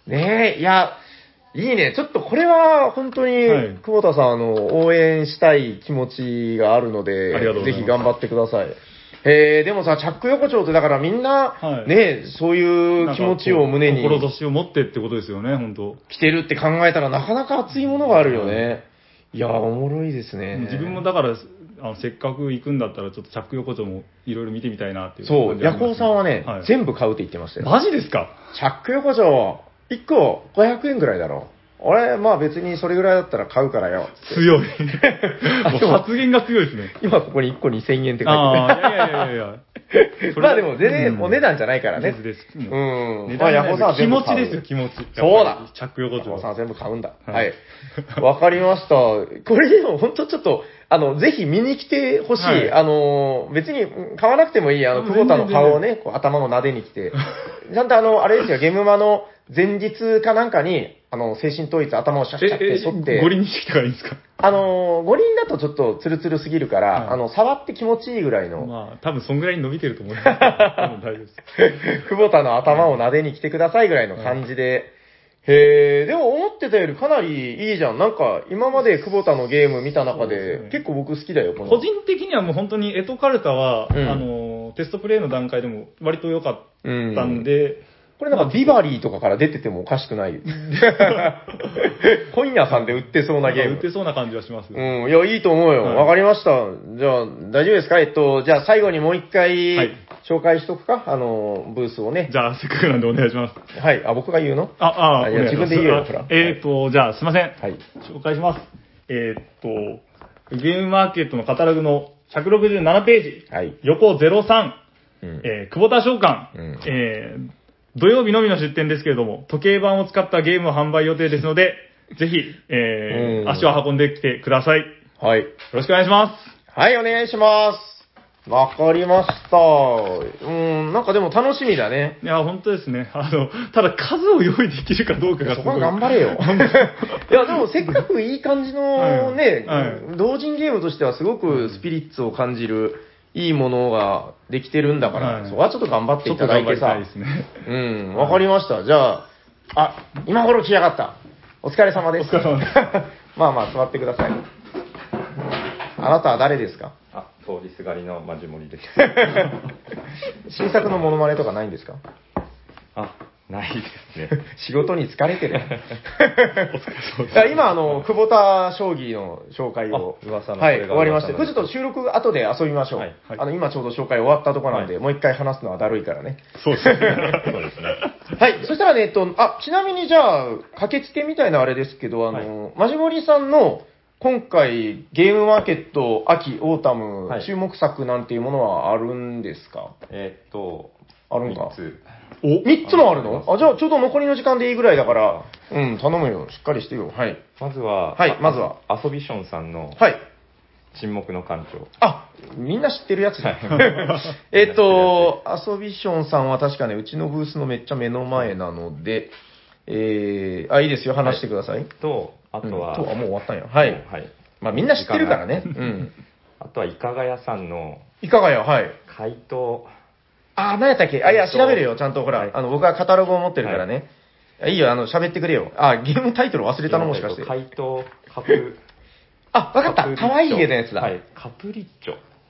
ねえ、いや、いいね。ちょっとこれは本当に、久保田さん、応援したい気持ちがあるので、ぜひ頑張ってください。でもさ、チャック横丁ってだからみんな、ね、そういう気持ちを胸に。 志を持ってってことですよね、本当来てるって考えたらなかなか熱いものがあるよね。いや、おもろいですね。 自分もだから、せっかく行くんだったら、ちょっとチャック横丁もいろいろ見てみたいなっていう。 そう、ヤコウさんはね、全部買うって言ってましたよ。 マジですか？ チャック横丁、1個500円ぐらいだろ。俺、まあ別にそれぐらいだったら買うからよ。 強い。もう発言が強いですね。 今ここに1個2000円って書いてる。 いや。 まあでも全然お値段じゃないからね。 です。 まあヤホさんは全部買う。 気持ちですよ、気持ち。 そうだ。 チャック横丁。 ヤホさんは全部買うんだ。はい。わかりました。これでも本当ちょっと、ぜひ見に来てほしい。別に買わなくてもいい。久保田の顔をね、こう頭の撫でに来て。ちゃんとあれですよ、ゲームマの前日かなんかに、精神統一頭をシャッシャって剃って。 五輪にしてきたらいいんですか？ 五輪だとちょっとツルツルすぎるから、触って気持ちいいぐらいの。 まあ、多分そんぐらいに伸びてると思います。大丈夫です。 久保田の頭を撫でに来てくださいぐらいの感じで。でも思ってたよりかなりいいじゃん。なんか、今まで久保田のゲーム見た中で、結構僕好きだよ、この。 個人的にはもう本当にエトカルタは、テストプレイの段階でも割と良かったんで、 これなんかビバリーとかから出ててもおかしくない。本屋さんで売ってそうなゲーム。 売ってそうな感じはします。 いや、いいと思うよ。わかりました。じゃあ、大丈夫ですか？じゃあ最後にもう一回、紹介しとくか？ブースをね。 じゃあ、せっかくなんでお願いします。 はい。僕が言うの？ いや、 自分で言うよ、ほら。 じゃあ、すいません。はい。紹介します。ゲームマーケットのカタログの167ページ。はい。横03。久保田商館。土曜日のみの出店ですけれども、時計盤を使ったゲームを販売予定ですので、ぜひ、足を運んできてください。 はい。よろしくお願いします。 はい、お願いします。わかりました。なんかでも楽しみだね。 いや、本当ですね。ただ数を用意できるかどうかがすごい。そこは頑張れよ。いや、でもせっかくいい感じのね、同人ゲームとしてはすごくスピリッツを感じる、いいものができてるんだから、そこはちょっちょっと頑張っていただいてさ。わかりました。じゃあ、今頃来やがった。お疲れ様です。 お疲れ様です。 まあまあ、座ってください。あなたは誰ですか？ 通りすがりのマジモリです。 新作のモノマネとかないんですか？ ないですね。 仕事に疲れてる。今、久保田将棋の紹介を。 噂のはい、終わりまして。これちょっと収録後で遊びましょう。今ちょうど紹介終わったところなんで、もう一回話すのはだるいからね。 そうですね。 そうですね。 はい、そしたらね、ちなみにじゃあ、駆けつけみたいなあれですけど、マジモリさんの、今回、ゲームマーケット、秋、オータム、注目作なんていうものはあるんですか？あるんか。3つもあるの？じゃあちょうど残りの時間でいいぐらいだから、頼むよ。しっかりしてよ。はい。 まずは、アソビションさんの、沈黙の館長。 みんな知ってるやつだ。アソビションさんは確かね、うちのブースのめっちゃ目の前なので、いいですよ。話してください。 あとは、 もう終わったんや。はい。まあみんな知ってるからね。 あとは、いかがやさんの、 いかがや、はい。 怪盗。 何やったっけ？いや、調べるよ、ちゃんと、ほら、僕はカタログを持ってるからね。いいよ、喋ってくれよ。ゲームタイトル忘れたのもしかして。 怪盗カプ。 わかった。かわいい絵のやつだ。 カプリッチョ。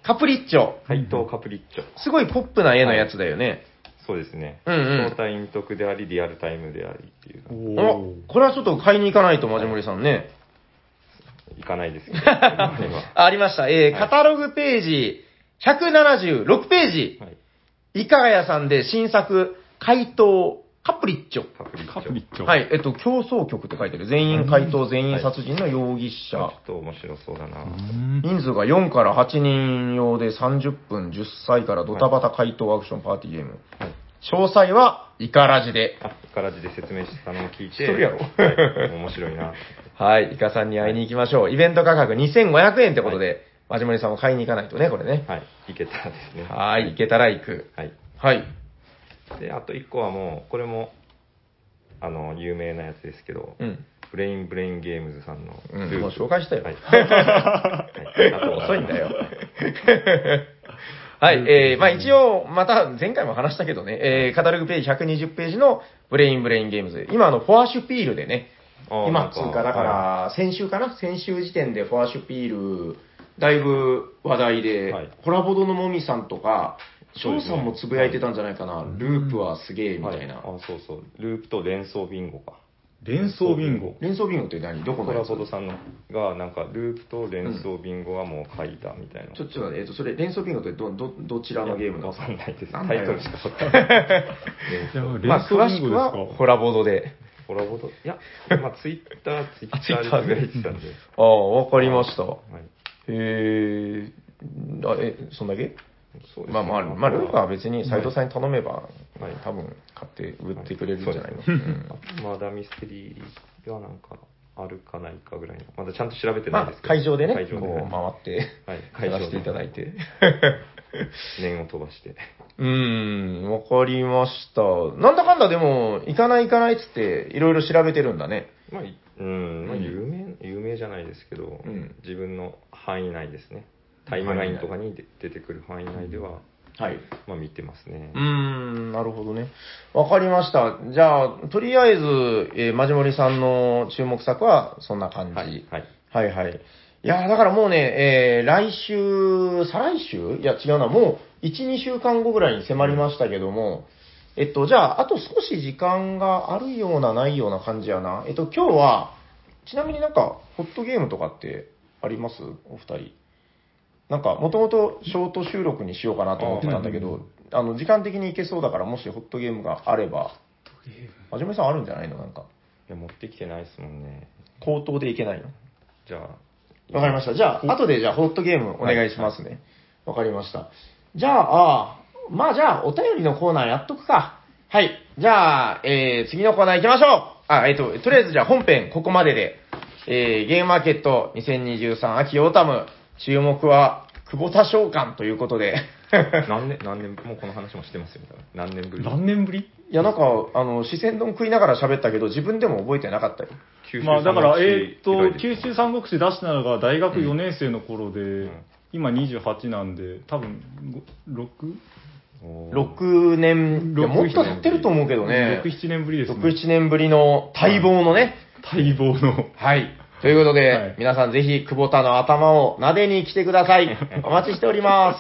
カプリッチョ。 怪盗カプリッチョ。 すごいポップな絵のやつだよね。 そうですね。 うんうん正体隠匿であり、リアルタイムでありっていう。 お、これはちょっと買いに行かないと、マジモリさんね。 行かないですけど。 ありました。カタログページ、176ページ。 はい。 いかがやさんで新作、怪盗カプリッチョ。 カプリッチョ。 カプリッチョ。 はい、競争局って書いてる。全員怪盗、全員殺人の容疑者。 ちょっと面白そうだな。 人数が4から8人用で30分、10歳からドタバタ怪盗アクションパーティーゲーム。 はい。 詳細は、イカラジで。 イカラジで説明したのを聞いて。 知っとるやろはい面白いな。 はい、イカさんに会いに行きましょう。イベント価格2500円ってことで、マジモリさんも買いに行かないとね、これね。 はい。行けたらですね。 はい、行けたら行く。 はい。 はい。 で、あと1個はもう、これも、有名なやつですけど、 うん。 ブレインゲームズさんのうん、 ループもう紹介したよ。 はい。はいあと遅いんだよ。はい、まあ一応、また前回も話したけどね、カタログページ120ページのブレインゲームズ。今フォアシュピールでね、今っつうか、だから、先週かな先週時点でフォアシュピール、だいぶ話題で、 はいホラボドのもみさんとか、 そうですね翔さんもつぶやいてたんじゃないかな、ループはすげえみたいな。 あ、そうそう。ループと連想ビンゴか。 連想ビンゴ。 連想ビンゴって何どこのやつコラボドさんのが、なんか、ループと連想ビンゴはもう書いたみたいな。 ちょっと待って、それ、連想ビンゴってどちらのゲームなのわかんないです。 なんだよタイトルしかわかんない。連想まあ、詳連想ビンゴですかしくは、ホラボドで。 コラボド、いや、まあ、ツイッターでつぶやいてたんで。 ああ、わかりました。 はい。 そんだけそうですねまあ、ルーパーは別に斎藤さんに頼めば、 はい多分買って売ってくれるんじゃないの、 そうですねうんあとまだミステリーがなんか、あるかないかぐらいの。まだちゃんと調べてまあないです、けど。 会場でね、 会場で。 こう回って、 はい。 探していただいて。 念を飛ばして。 わかりました。なんだかんだでも、行かないっつって、いろいろ調べてるんだね。 まあ、有名じゃないですけど、 うん自分の範囲内ですね。タイムラインとかに出てくる範囲内では、 はい。 まあ見てますね。 なるほどね。わかりました。じゃあ、とりあえず、マジモリさんの注目作はそんな感じ。 はい。はい。 はいはい。いやーだからもうね、来週、再来週いや違うな、もう1、2週間後ぐらいに迫りましたけども、じゃあ、あと少し時間があるような、ないような感じやな。今日は、ちなみになんか、ホットゲームとかってありますお二人。なんか、もともとショート収録にしようかなと思ってたんだけど、時間的にいけそうだから、もしホットゲームがあれば、はじめさんあるんじゃないのなんか。 いや、持ってきてないですもんね。 口頭でいけないのじゃあ、 わかりました。じゃあ、後でじゃあ、ホットゲームお願いしますね。わかりました。じゃあ、まあじゃあ、お便りのコーナーやっとくか。はい。じゃあ、次のコーナー行きましょう。とりあえずじゃあ本編ここまでで、ゲームマーケット2023秋オータム、注目は、久保田召喚ということで。 何年、もうこの話もしてますよ、ね、何年ぶり。 何年ぶりいや、なんか、四川丼食いながら喋ったけど、自分でも覚えてなかったよ。 まあだから、 九九州三国志出したのが大学4年生の頃で、今28なんで、多分、 6年、いやもっと経ってると思うけどね。 6、7年ぶりですね。 6、7年ぶりの待望のね。 待望の。 はい。ということで、 はい、 皆さんぜひ、久保田の頭を撫でに来てください。お待ちしております。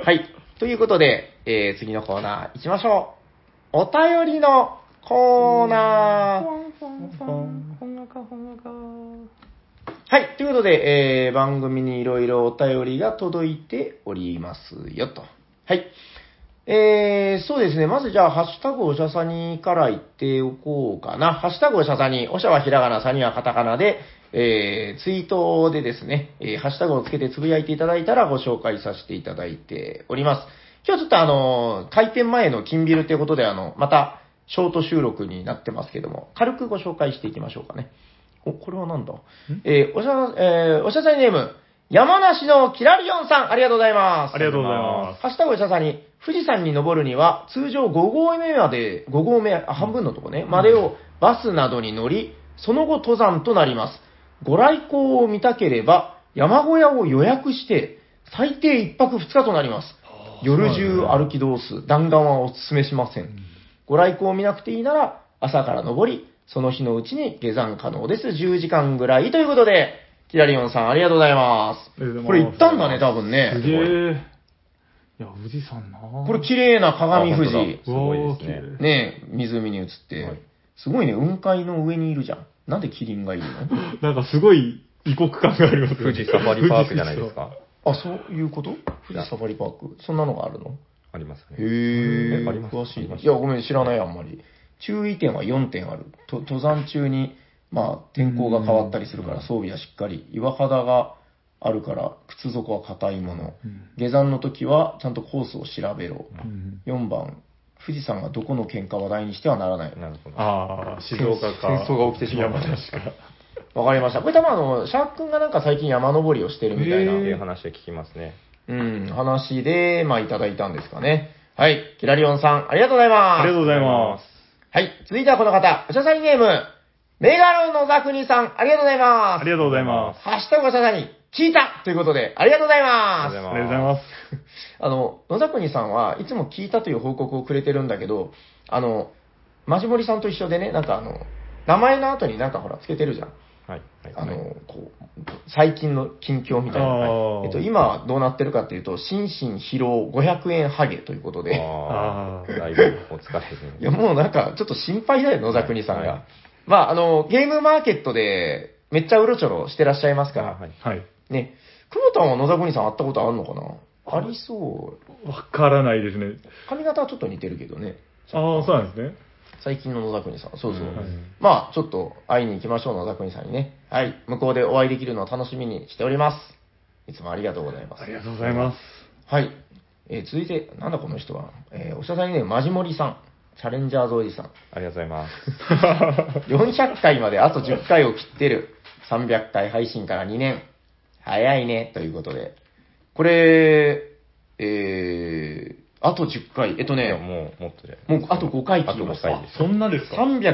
はい。ということで、次のコーナー行きましょう。お便りのコーナー。はい。ということで、番組にいろいろお便りが届いておりますよと。はい。そうですね。まずじゃあ、ハッシュタグおしゃさにから言っておこうかな。ハッシュタグおしゃさに、おしゃはひらがな、さにはカタカナで、ツイートでですね、ハッシュタグをつけてつぶやいていただいたらご紹介させていただいております。今日ちょっと開店前の金ビルということで、また、ショート収録になってますけども、軽くご紹介していきましょうかね。お、これはなんだおしゃさにネーム、山梨のキラリオンさん、ありがとうございます。 ありがとうございます。 ハッシュタグおしゃさに、富士山に登るには、通常5合目まで、5合目、半分のとこね、までをバスなどに乗り、その後登山となります。ご来光を見たければ、山小屋を予約して、最低1泊2日となります。夜中歩き通す、弾丸はお勧めしません。ご来光を見なくていいなら、朝から登り、その日のうちに下山可能です。10時間ぐらいということで、 キラリオンさん、ありがとうございます。これ行ったんだね、多分ね。 すげえ。いや、富士山なこれ綺麗な鏡富士。 すごいですね。 ね湖に映って、 はいすごいね、雲海の上にいるじゃん。なんでキリンがいるのなんかすごい異国感がありますね。 富士サファリパークじゃないですか。 あ、そういうこと富士サファリパーク。そんなのがあるのありますね。 へあります詳しいね。いや、ごめん、知らない、あんまり。注意点は4点ある。登山中に、まあ、天候が変わったりするから装備はしっかり。岩肌があるから、靴底は硬いもの。下山の時は、ちゃんとコースを調べろ。4番、富士山がどこの県か話題にしてはならない。 なるほど。 ああ、静岡か。 戦争が起きてしまう。 山梨か。 わかりました。これ多分シャーク君がなんか最近山登りをしてるみたいな、 っていう話で聞きますね。 話で、まあいただいたんですかね。はい。キラリオンさん、ありがとうございます。 ありがとうございます。 はい。続いてはこの方、おしゃさにネーム、メガロンのザクニさん、ありがとうございます。 ありがとうございます。 ハッシュタグおしゃさに、聞いたということで、ありがとうございます。 ありがとうございます。 野ザクニさんはいつも聞いたという報告をくれてるんだけど、マジモリさんと一緒でね、なんか名前の後になんかほら、つけてるじゃん。 はい。 こう、最近の近況みたいな。今どうなってるかっていうと、心身疲労500円ハゲということで。 だいぶお疲れいや、もうなんか、ちょっと心配だよ、野沢国さんが。 はいまあ、ゲームマーケットで、めっちゃうろちょろしてらっしゃいますから。 はい。 ね。久保田は野沢国さん会ったことあるのかなありそう。 わからないですね。 髪型はちょっと似てるけどね。 ああ、そうなんですね。 最近の野沢国さん。そうそう。 はいまあ、ちょっと会いに行きましょう、野沢国さんにね。はい。向こうでお会いできるのを楽しみにしております。いつもありがとうございます。 ありがとうございます。 はい。続いて、なんだこの人は。おしゃさんにね、マジモリさん。チャレンジャーズおじさん。 ありがとうございます。 400回まであと10回を切ってる。300回配信から2年。早いね。ということで。これ、あと10回。 いやもう、もっとじゃないもうあと5回切りました。 あと5回ですそんなですか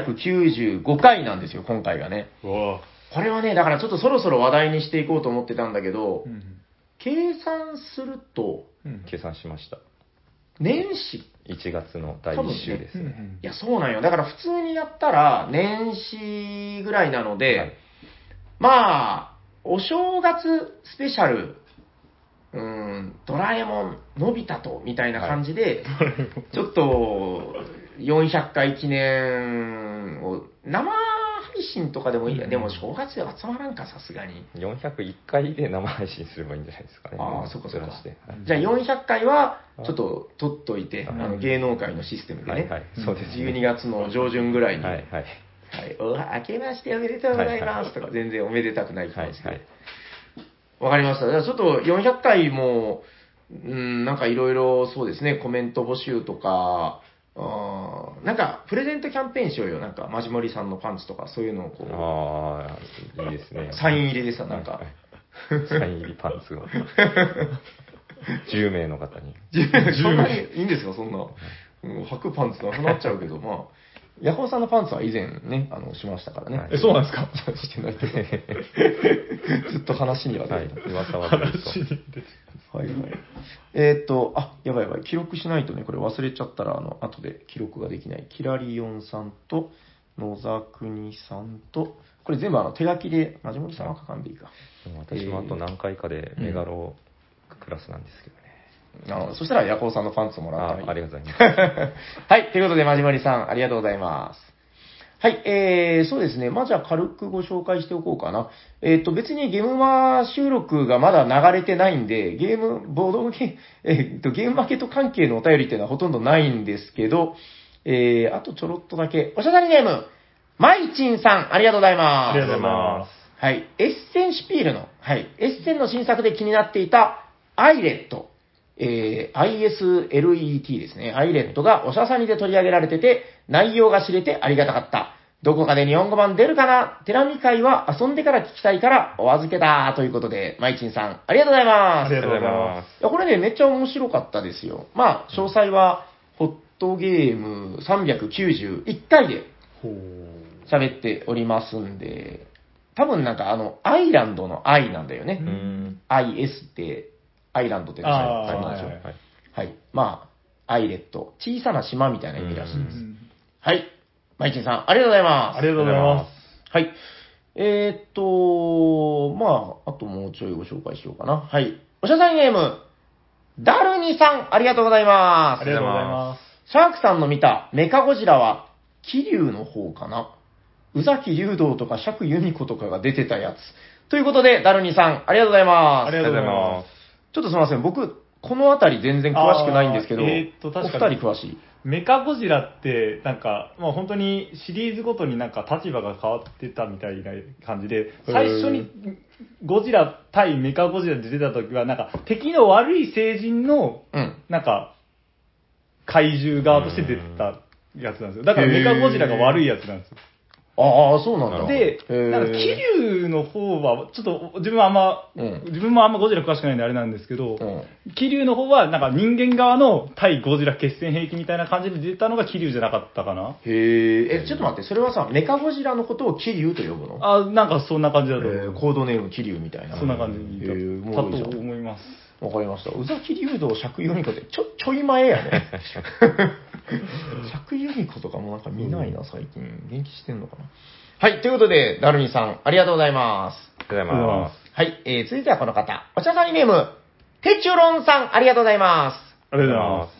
395回なんですよ、今回がね。 うわこれはね、だからちょっとそろそろ話題にしていこうと思ってたんだけど、 うん計算すると、 計算しました。 年始、 1月の第1週ですね。 いや、そうなんよ。だから普通にやったら、年始ぐらいなので、 はいまあ、お正月スペシャル、ドラえもん、のび太と、みたいな感じで、ちょっと、400回記念を、生配信とかでもいいや。でも正月で集まらんか、さすがに。 401回で生配信すればいいんじゃないですかね。 ああ、そっかそっかずらして。はいじゃあ400回は、ちょっと取っといて、芸能界のシステムでね。 はいはいそうですね 12月の上旬ぐらいに。 はいはい。 明けましておめでとうございますとか、全然おめでたくない気はい持ちで。 はい。 わかりました。じゃあちょっと400回も、なんかいろいろそうですね、コメント募集とか、なんかプレゼントキャンペーンしようよ。なんか、マジモリさんのパンツとか、そういうのをこああ、いいですね。 う、サイン入りでさ、なんか。 サイン入りパンツを。10名の方に。 そんなにいいんですか、そんな。履くパンツなくなっちゃうけど、まあ、ヤホーさんのパンツは以前ね、しましたからね。 そうなんですかしてないけど。ずっと話にははい出てた。。 噂は出る話に出てはいはい。やばいやばい。記録しないとね、これ忘れちゃったら、後で記録ができない。キラリオンさんと、野沢国さんと、これ全部手書きで、マジモリさんは書かんでいいか。 私もあと何回かでメガロクラスなんですけどね。 そしたら、ヤコウさんのパンツもらったらいい。 ありがとうございます。 はい。ということで、マジモリさん、ありがとうございます。はい。そうですね。まあ、じゃあ、軽くご紹介しておこうかな。別にゲームマ収録がまだ流れてないんで、ボードゲームマーケット関係のお便りっていうのはほとんどないんですけど、あとちょろっとだけ、おしゃさりネーム、マイチンさん、ありがとうございます。 ありがとうございます。 はい。エッセンシュピールの、はい。エッセンの新作で気になっていた、アイレット。ISLET ですね。アイレットがおしゃさにで取り上げられてて、内容が知れてありがたかった。どこかで日本語版出るかなテラミ会は遊んでから聞きたいからお預けだということで、マイチンさん、ありがとうございます。 ありがとうございます。 いやこれね、めっちゃ面白かったですよ。まあ、詳細は、ホットゲーム391回で喋っておりますんで、多分なんかアイランドの I なんだよね。IS って、アイランドって書いてありますよ。はい。まあ、アイレット。小さな島みたいな意味らしいです。はい。マイチンさん、ありがとうございます。 ありがとうございます。 はい。 まあ、あともうちょいご紹介しようかな。はい。おしゃさんゲーム、ダルニさん、ありがとうございます。 ありがとうございます。 シャークさんの見たメカゴジラは、桐生の方かな。宇崎竜道とか釈由美子とかが出てたやつ。ということで、ダルニさん、ありがとうございます。 ありがとうございます。 ちょっとすみません、僕、このあたり全然詳しくないんですけど、お二人詳しい。 メカゴジラって、なんか、もう本当にシリーズごとになんか立場が変わってたみたいな感じで、最初にゴジラ対メカゴジラで出た時は、なんか敵の悪い星人の、なんか、怪獣側として出てたやつなんですよ。だからメカゴジラが悪いやつなんですよ。 ああ、そうなんだ。 で、なんか、桐生の方は、ちょっと自分もあんまゴジラ詳しくないんであれなんですけど、桐生の方は、なんか人間側の対ゴジラ決戦兵器みたいな感じで出たのが桐生じゃなかったかな。 へえ、ちょっと待って、それはさ、メカゴジラのことを桐生と呼ぶの？ あ、なんかそんな感じだと思う。 コードネーム桐生みたいな。 そんな感じだと思います。 わかりました。宇崎竜道、釈由美子ってちょい前やね。釈由美子とかもなんか見ないな、最近。元気してんのかな。はい、ということで、ダルニさん、ありがとうございます。 ありがとうございます。 はい、続いてはこの方。お茶さんネーム、テチュロンさん、ありがとうございます。 ありがとうございます。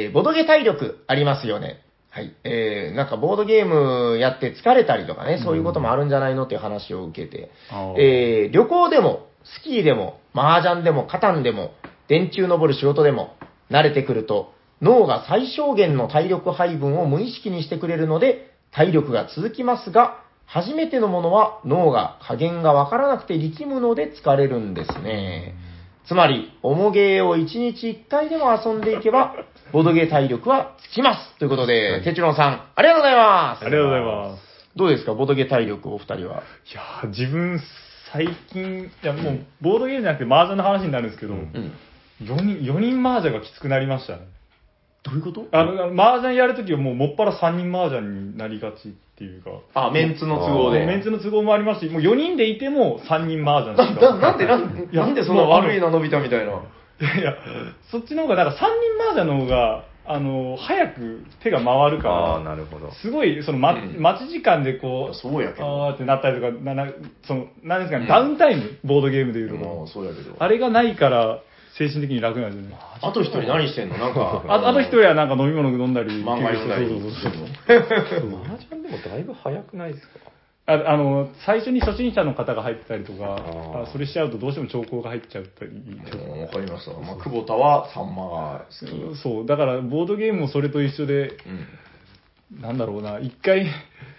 ボドゲ体力ありますよね。はい。なんかボードゲームやって疲れたりとかね、そういうこともあるんじゃないのっていう話を受けて、旅行でも、スキーでも、麻雀でも、カタンでも、電柱登る仕事でも、慣れてくると、脳が最小限の体力配分を無意識にしてくれるので、体力が続きますが、初めてのものは脳が加減がわからなくて力むので疲れるんですね。つまり、重ゲーを1日1回でも遊んでいけば、ボードゲー体力はつきます。ということで、テチロンさん、ありがとうございます。 ありがとうございます。 どうですか、ボードゲー体力、お二人は。 いやー、自分、最近、いやもう、ボードゲームじゃなくて麻雀の話になるんですけど、4人麻雀がきつくなりましたね。 どういうこと？ 麻雀やるときはもうもっぱら3人麻雀になりがちっていうか。 あ、メンツの都合で。 メンツの都合もありますし、もう4人でいても3人麻雀しか。なんでそんな悪いな、伸びたみたいな。 いや、そっちの方が、なんか3人麻雀の方が、早く手が回るから、 あ、なるほど。 すごい、待ち時間でこう、 そうやけど。 あーってなったりとか、なんですかね、ダウンタイム、ボードゲームでいうと。 そうやけど。 あれがないから、精神的に楽なんですよね。 あと一人何してんの？なんか。 あと一人はなんか飲み物飲んだり。 漫画読んだり。 麻雀でもだいぶ早くないですか？ 最初に初心者の方が入ってたりとか、それしちゃうとどうしても兆候が入っちゃったり。 わかりました。まあ、久保田はサンマが好き。そう、だからボードゲームもそれと一緒で、なんだろうな、一回、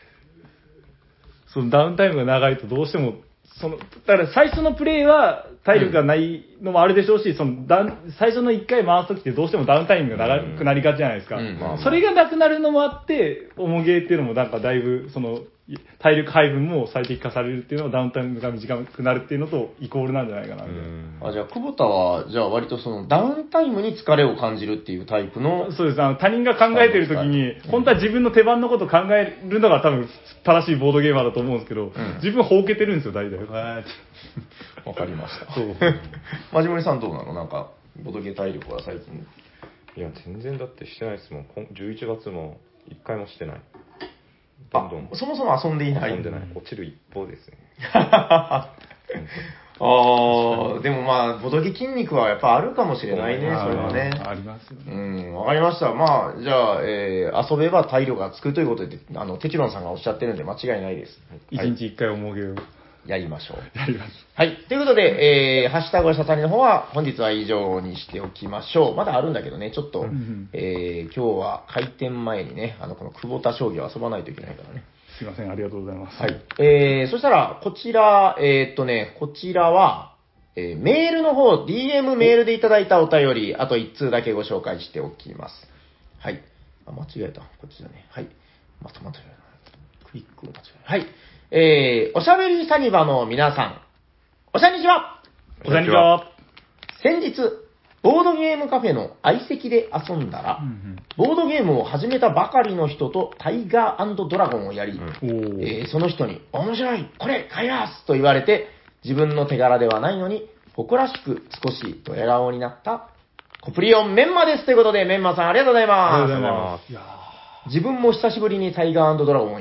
そのダウンタイムが長いとどうしても、だから最初のプレイは体力がないのもあるでしょうし、最初の1回回すときってどうしてもダウンタイムが長くなりがちじゃないですか。それがなくなるのもあって、重ゲーっていうのもなんかだいぶ、体力配分も最適化されるっていうのはダウンタイムが短くなるっていうのとイコールなんじゃないかなみたいな。 じゃあ、久保田は、じゃあ割とダウンタイムに疲れを感じるっていうタイプの。 そうです。他人が考えてるときに、本当は自分の手番のことを考えるのが多分正しいボードゲーマーだと思うんですけど、自分ほうけてるんですよ、大体。 わかりました。そう。マジモリさんどうなの？なんか、ボードゲー体力は最近。 いや、全然だってしてないですもん。11月も1回もしてない。 そもそも遊んでいない。 遊んでない。落ちる一方ですね。 でもまあ、ボドゲ筋肉はやっぱあるかもしれないね、それはね。 ありますよね。 わかりました。まあ、じゃあ、遊べば体力がつくということで、テチロンさんがおっしゃってるんで間違いないです。 一日一回重げを。 やりましょう。 やります。 はい。ということで、ハッシュタグおしゃさりの方は本日は以上にしておきましょう。まだあるんだけどね、ちょっと、今日は開店前にね、この久保田将棋を遊ばないといけないからね。 すいません、ありがとうございます。 はい。そしたら、こちら、こちらは、メールの方、DM メールでいただいたお便り、あと1通だけご紹介しておきます。はい。間違えた。こっちだね。はい。また間違えた。クイックを間違えた。はい。おしゃべりサニバの皆さん、おしゃにちは。 おしゃにちは。 先日、ボードゲームカフェの相席で遊んだら、ボードゲームを始めたばかりの人とタイガー&ドラゴンをやり、その人に、面白い、これ買いますと言われて、自分の手柄ではないのに、誇らしく少しドヤ顔になったコプリオンメンマです。ということで、メンマさんありがとうございます。 ありがとうございます。 自分も久しぶりにタイガー&ドラゴンをやり、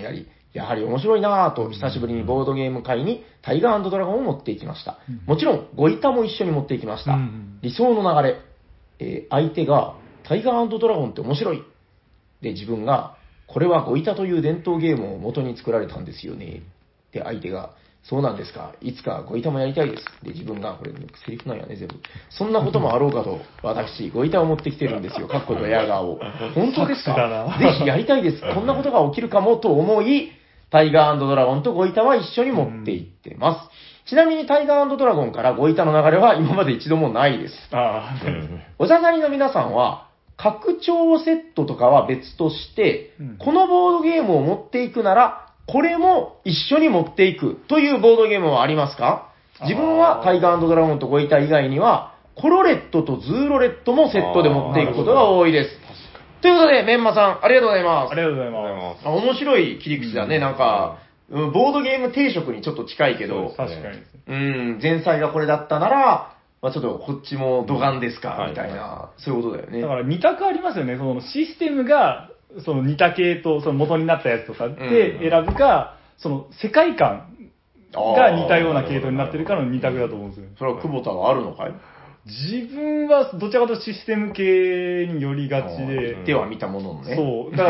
やはり面白いなぁと、久しぶりにボードゲーム会にタイガー&ドラゴンを持っていきました。もちろん、ゴイタも一緒に持っていきました。理想の流れ。相手が、タイガー&ドラゴンって面白い。で、自分が、これはゴイタという伝統ゲームを元に作られたんですよね。で、相手が、そうなんですか。いつかゴイタもやりたいです。で、自分が、これ、セリフなんやね、全部。そんなこともあろうかと、私、ゴイタを持ってきてるんですよ。かっこドヤ顔を。本当ですか？ぜひやりたいです。こんなことが起きるかもと思い、タイガー&ドラゴンとゴイタは一緒に持って行ってます。ちなみにタイガー&ドラゴンからゴイタの流れは今まで一度もないです。おしゃさりの皆さんは、拡張セットとかは別として、このボードゲームを持っていくなら、これも一緒に持っていくというボードゲームはありますか？自分はタイガー&ドラゴンとゴイタ以外には、コロレットとズーロレットもセットで持っていくことが多いです。ということで、メンマさん、ありがとうございます。 ありがとうございます。 面白い切り口だね、なんか、ボードゲーム定食にちょっと近いけど、 確かに。 前菜がこれだったなら、まあ、ちょっとこっちもドガンですか、みたいな、そういうことだよね。 だから2択ありますよね、そのシステムが、その似た系とその元になったやつとかで選ぶか、その世界観が似たような系統になってるかの2択だと思うんですよ。 それは久保田はあるのかい？ 自分はどちらかというとシステム系によりがちで。 では見たもののね。 そう。だから、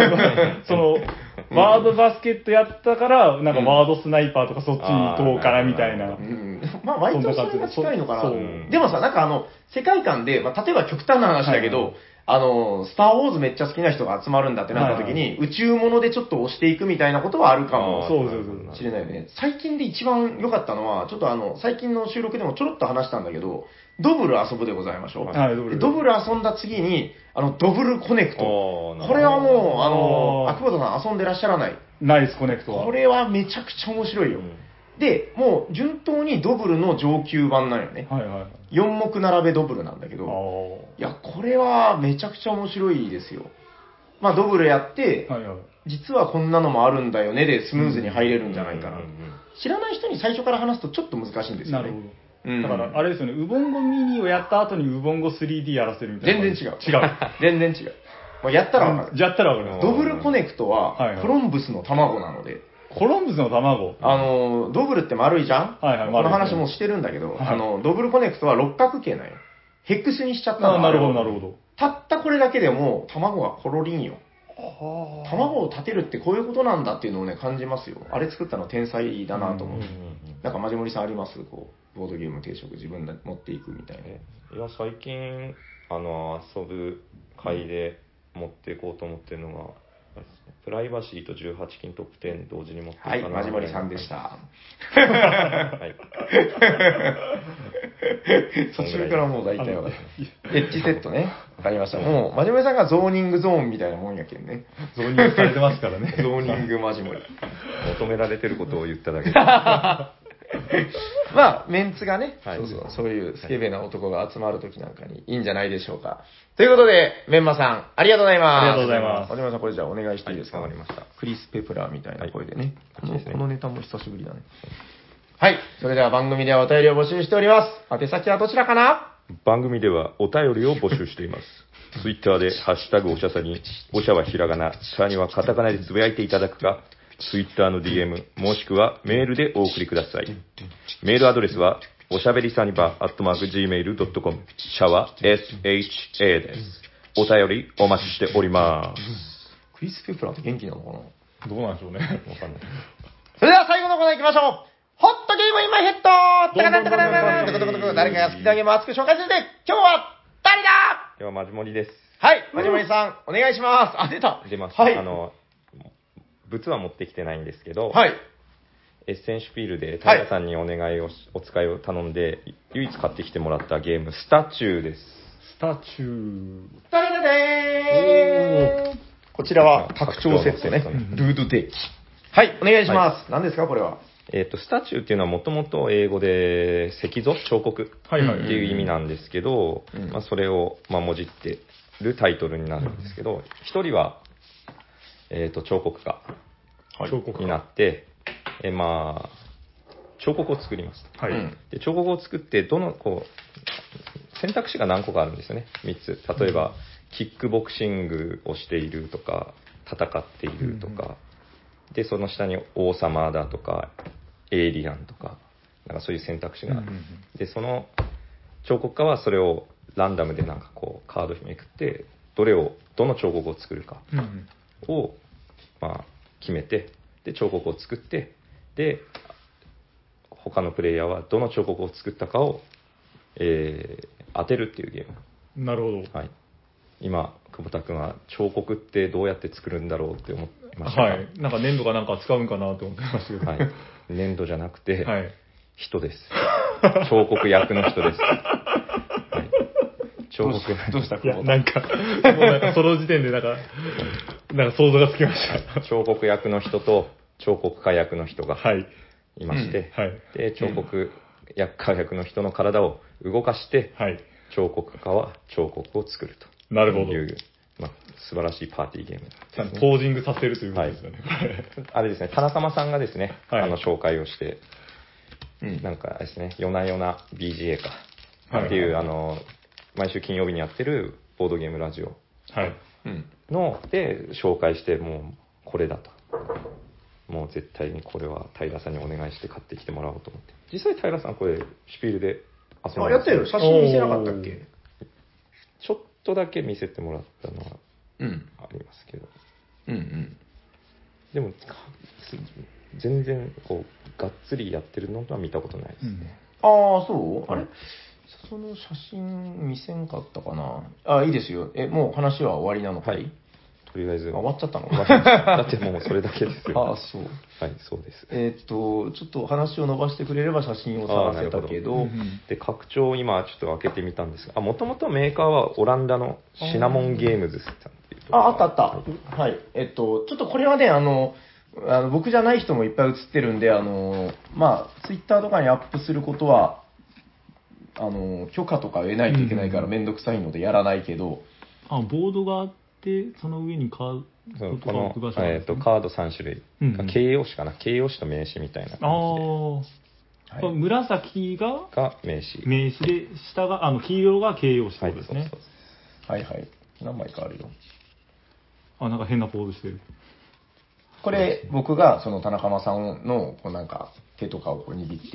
その、ワードバスケットやったから、なんかワードスナイパーとかそっちに行こうかなみたいな。 まあ割とそれが近いのかな。でもさ、なんか世界観で、まあ、例えば極端な話だけど、スターウォーズめっちゃ好きな人が集まるんだってなった時に、宇宙物でちょっと押していくみたいなことはあるかもしれないよね。最近で一番良かったのは、ちょっと最近の収録でもちょろっと話したんだけど、ドブル遊ぶでございましょう。はい、ドブル遊んだ次に、ドブルコネクト。これはもう、久保田さん遊んでらっしゃらない。 ナイスコネクトは。 これはめちゃくちゃ面白いよ。で、もう順当にドブルの上級版なんよね。4目並べドブルなんだけど、いや、これはめちゃくちゃ面白いですよ。まあ、ドブルやって、実はこんなのもあるんだよねでスムーズに入れるんじゃないかな。知らない人に最初から話すとちょっと難しいんですよね。なるほど。 だから、あれですよね、ウボンゴミニをやった後にウボンゴ 3D やらせるみたいな。 全然違う。全然違う。もうやったらわかる。 やったらわかる。 ドブルコネクトは、コロンブスの卵なので。 コロンブスの卵ドブルって丸いじゃん？この話もしてるんだけど、ドブルコネクトは六角形なんよ。ヘックスにしちゃったの。 なるほど、なるほど。 たったこれだけでも、卵がコロリンよ。卵を立てるってこういうことなんだっていうのをね、感じますよ。あれ作ったの天才だなと思う。なんか、マジモリさんあります？こう、ボードゲーム定食自分で持っていくみたいな。いや、最近、遊ぶ会で持っていこうと思ってるのが、プライバシーと18金トップ10同時に持っていくかな。 はい、マジモリさんでした。はい。途中からもう大体分かった。エッジセットね。分かりました。もう、マジモリさんがゾーニングゾーンみたいなもんやけんね。 ゾーニングされてますからね。 ゾーニングマジモリ。 求められてることを言っただけで。 まあ、メンツがね、そういうスケベな男が集まるときなんかにいいんじゃないでしょうか。ということで、メンマさん、ありがとうございます。 ありがとうございます。 マジモリさん、これじゃあお願いしていいですか？ わかりました。 クリス・ペプラーみたいな声でね。このネタも久しぶりだね。はい。それでは番組ではお便りを募集しております。宛先はどちらかな？ 番組ではお便りを募集しています。ツイッターで、ハッシュタグおしゃさに、おしゃはひらがな、さにはカタカナでつぶやいていただくか、ツイッターの DM、もしくはメールでお送りください。メールアドレスは、おしゃべりサニバー@gmail.com、シャワ SHA です。お便りお待ちしております。 クリス・ペプラーって元気なのかな？ どうなんでしょうね。わかんない。 それでは最後のコーナー行きましょう。ホットゲームインマイヘッド誰かが好きなゲームを熱く紹介するで、今日は誰だ？ 今日はマジモリです。 はい、マジモリさん、お願いします。あ、出た。 出ました。 はい。 物は持ってきてないんですけど、 はい。 エッセンシュフィールで平さんにお願いを、お使いを頼んで、唯一買ってきてもらったゲーム、スタチューです。 スタチュー。 誰だでーこちらは拡張セットね。ルードデッキ。はい、お願いします。何ですか、これは。 スタチューっていうのはもともと英語で石像、彫刻っていう意味なんですけど、まあ、それを、まあ、もじってるタイトルになるんですけど、一人は、彫刻家になって、まあ、彫刻を作ります。はい、で彫刻を作って、選択肢が何個かあるんですよね、3つ。例えば、キックボクシングをしているとか、戦っているとか、 で、その下に王様だとか、エイリアンとか、なんかそういう選択肢がある。で、その彫刻家はそれをランダムでなんかこうカードめくって、どの彫刻を作るかを、まあ、決めて、で、彫刻を作って、で、他のプレイヤーはどの彫刻を作ったかを、当てるっていうゲーム。 なるほど。 はい。今、久保田君は彫刻ってどうやって作るんだろうって思ってましたか？ はい。なんか粘土かなんか使うんかなと思ってましたけど。 はい。粘土じゃなくて、 はい、 人です。彫刻役の人です。はい、彫刻どうしたいや、なんか、もうなんかその時点でなんか想像がつきました。 彫刻役の人と彫刻家役の人がいまして、 はい、 で、彫刻家役の人の体を動かして、 はい、 彫刻家は彫刻を作ると。 なるほど。 まあ、素晴らしいパーティーゲーム、ね、 ちゃんとポージングさせるということですよね。 はい、あれですね、田中間さんがですね、 はい、 紹介をして、なんかあれですね、夜な夜な BGA か、っていう、毎週金曜日にやってるボードゲームラジオの、で紹介して、もうこれだと。もう絶対にこれは平さんにお願いして買ってきてもらおうと思って。実際平さんこれ、シュピールで遊んでやってる写真見せなかったっけ？ ちょっとだけ見せてもらったのはありますけど。でも、全然こう、がっつりやってるのは見たことないですね。 ああ、そう？あれその写真見せんかったかな？いいですよ。もう話は終わりなのかい？ とりあえず。 終わっちゃったの？ だってもうそれだけですよ。 そう。 はい、そうです。 ちょっと話を伸ばしてくれれば写真を探せたけど、 で、拡張今ちょっと開けてみたんですが、もともとメーカーはオランダのシナモンゲームズさんっていう。 あった。はい。ちょっとこれはね、僕じゃない人もいっぱい写ってるんで、まあ、ツイッターとかにアップすることは、許可とか得ないといけないからめんどくさいのでやらないけど。 ボードがあって、その上にカードとか置く場所なんですね。 カード3種類。形容詞かな。形容詞と名詞みたいな感じで。 はい、紫が名詞。 名詞で、下が、黄色が形容詞ですね。 はいはい。何枚かあるよ。 なんか変なポーズしてる。 これ、僕がその田中間さんの、こうなんか、手とかをこう握って、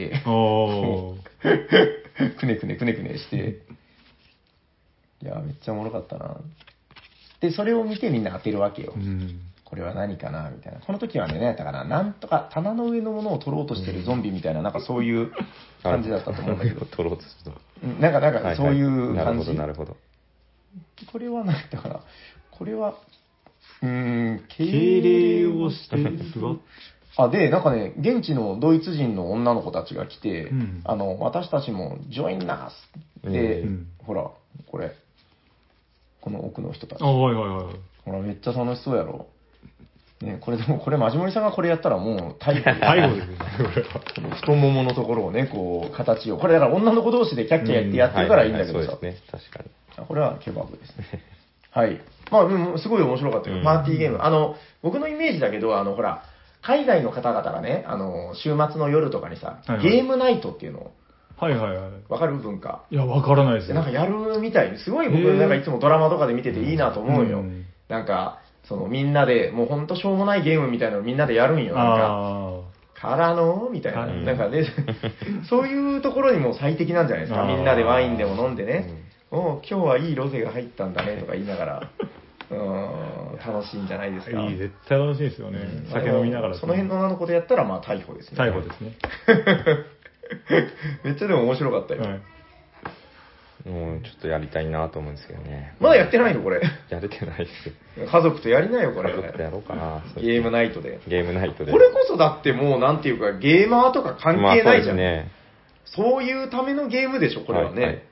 くねくねして、いや、めっちゃおもろかったな。で、それを見てみんな当てるわけよ。これは何かなみたいな。この時はね、何やったかな、なんとか棚の上のものを取ろうとしてるゾンビみたいな、なんかそういう感じだったと思うんだけど。 取ろうとするなんかそういう感じ。 なるほど。 これは何やったかな。これは、 敬礼をして座っで、なんかね、現地のドイツ人の女の子たちが来て、私たちもジョインナースで、ほら、この奥の人たち。 ほら、めっちゃ楽しそうやろ。ね、これ、マジモリさんがこれやったらもう、逮捕ですね。太もものところをね、こう、形を。これだから女の子同士でキャッキャやってるからいいんだけどさ。 そうですね、確かに。 これはケバブですね。はい。まあ、すごい面白かったよ。パーティーゲーム。僕のイメージだけど、ほら、海外の方々がね、週末の夜とかにさ、ゲームナイトっていうのを、わかる文化。 いや、わからないですよ。 なんかやるみたい。すごい僕、なんかいつもドラマとかで見てていいなと思うよ。なんか、みんなで、もうほんとしょうもないゲームみたいなのみんなでやるんよ。なんか、からのみたいな。なんかね、そういうところにも最適なんじゃないですか。みんなでワインでも飲んでね。今日はいいロゼが入ったんだねとか言いながら。楽しいんじゃないですか。 絶対楽しいですよね。酒飲みながら。 その辺の女の子でやったら、まあ、逮捕ですね。 逮捕ですね。 めっちゃでも面白かったよ。 もうちょっとやりたいなと思うんですけどね。 まだやってないのこれ。 やれてないですよ。家族とやりなよ、これ。 家族とやろうかな。 ゲームナイトで。 ゲームナイトで。 これこそだってもう、なんていうか、ゲーマーとか関係ないじゃん。 ね。 そういうためのゲームでしょ、これはね。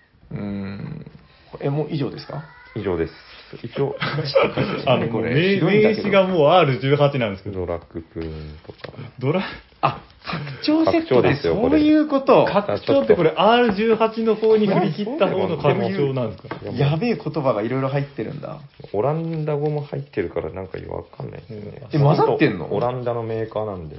もう以上ですか？ 以上です。一応、 これ名詞がもう R18 なんですけど。 ドラッグクーンとか。 拡張セットでそういうこと。 拡張ってこれ R18 の方に振り切った方の拡張なんですか？ やべえ言葉がいろいろ入ってるんだ。 オランダ語も入ってるからなんかわかんないですよね。 混ざってんの？ オランダのメーカーなんで。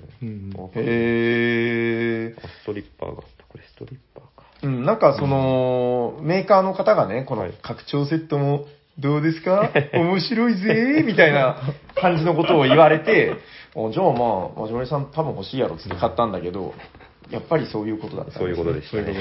へー。 ストリッパーがあった。これストリッパーか。 なんかメーカーの方がね、この拡張セットもどうですか面白いぜみたいな感じのことを言われて、じゃあまあ、マジモリさん多分欲しいやろっつって買ったんだけど、やっぱりそういうことだったんです、 そういうことでしたね。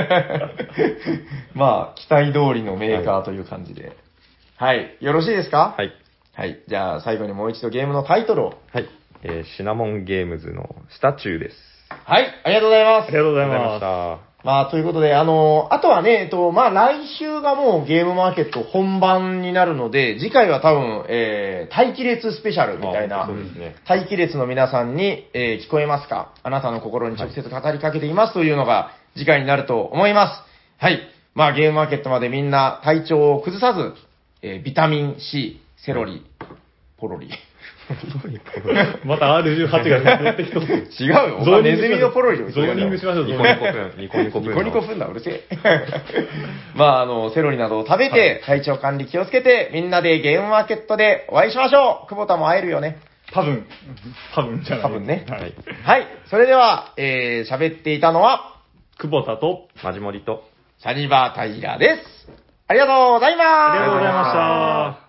まあ、期待通りのメーカーという感じで。はい。よろしいですか？ はい。 はい。じゃあ、最後にもう一度ゲームのタイトルを。 はい。シナモンゲームズのスタチューです。 はい。ありがとうございます。 ありがとうございありがとうございまました。 まあ、ということで、あとはね、まあ、来週がもうゲームマーケット本番になるので、次回は多分、待機列スペシャルみたいな、 そうですね。 待機列の皆さんに、聞こえますか？あなたの心に直接語りかけていますというのが次回になると思います。はい。まあ、ゲームマーケットまでみんな体調を崩さず、ビタミン C、セロリ、ポロリ。 す。また R18 が出てきそう。 違うよ。 ゾーニングネズミのポロリをゾーニングしましょう、ゾニーニング。 コニコくん、ニコニコくん。 ニコニコふんだ、うるせえ。まあ、セロリなどを食べて、体調管理気をつけて、みんなでゲームマーケットでお会いしましょう。久保田も会えるよね。 多分じゃない。 多分ね。 ははいい。 はい。それでは、喋っていたのは、 久保田と、 マジモリと、 サニバータイラーです。ありがとうございます。 ありがとうございました。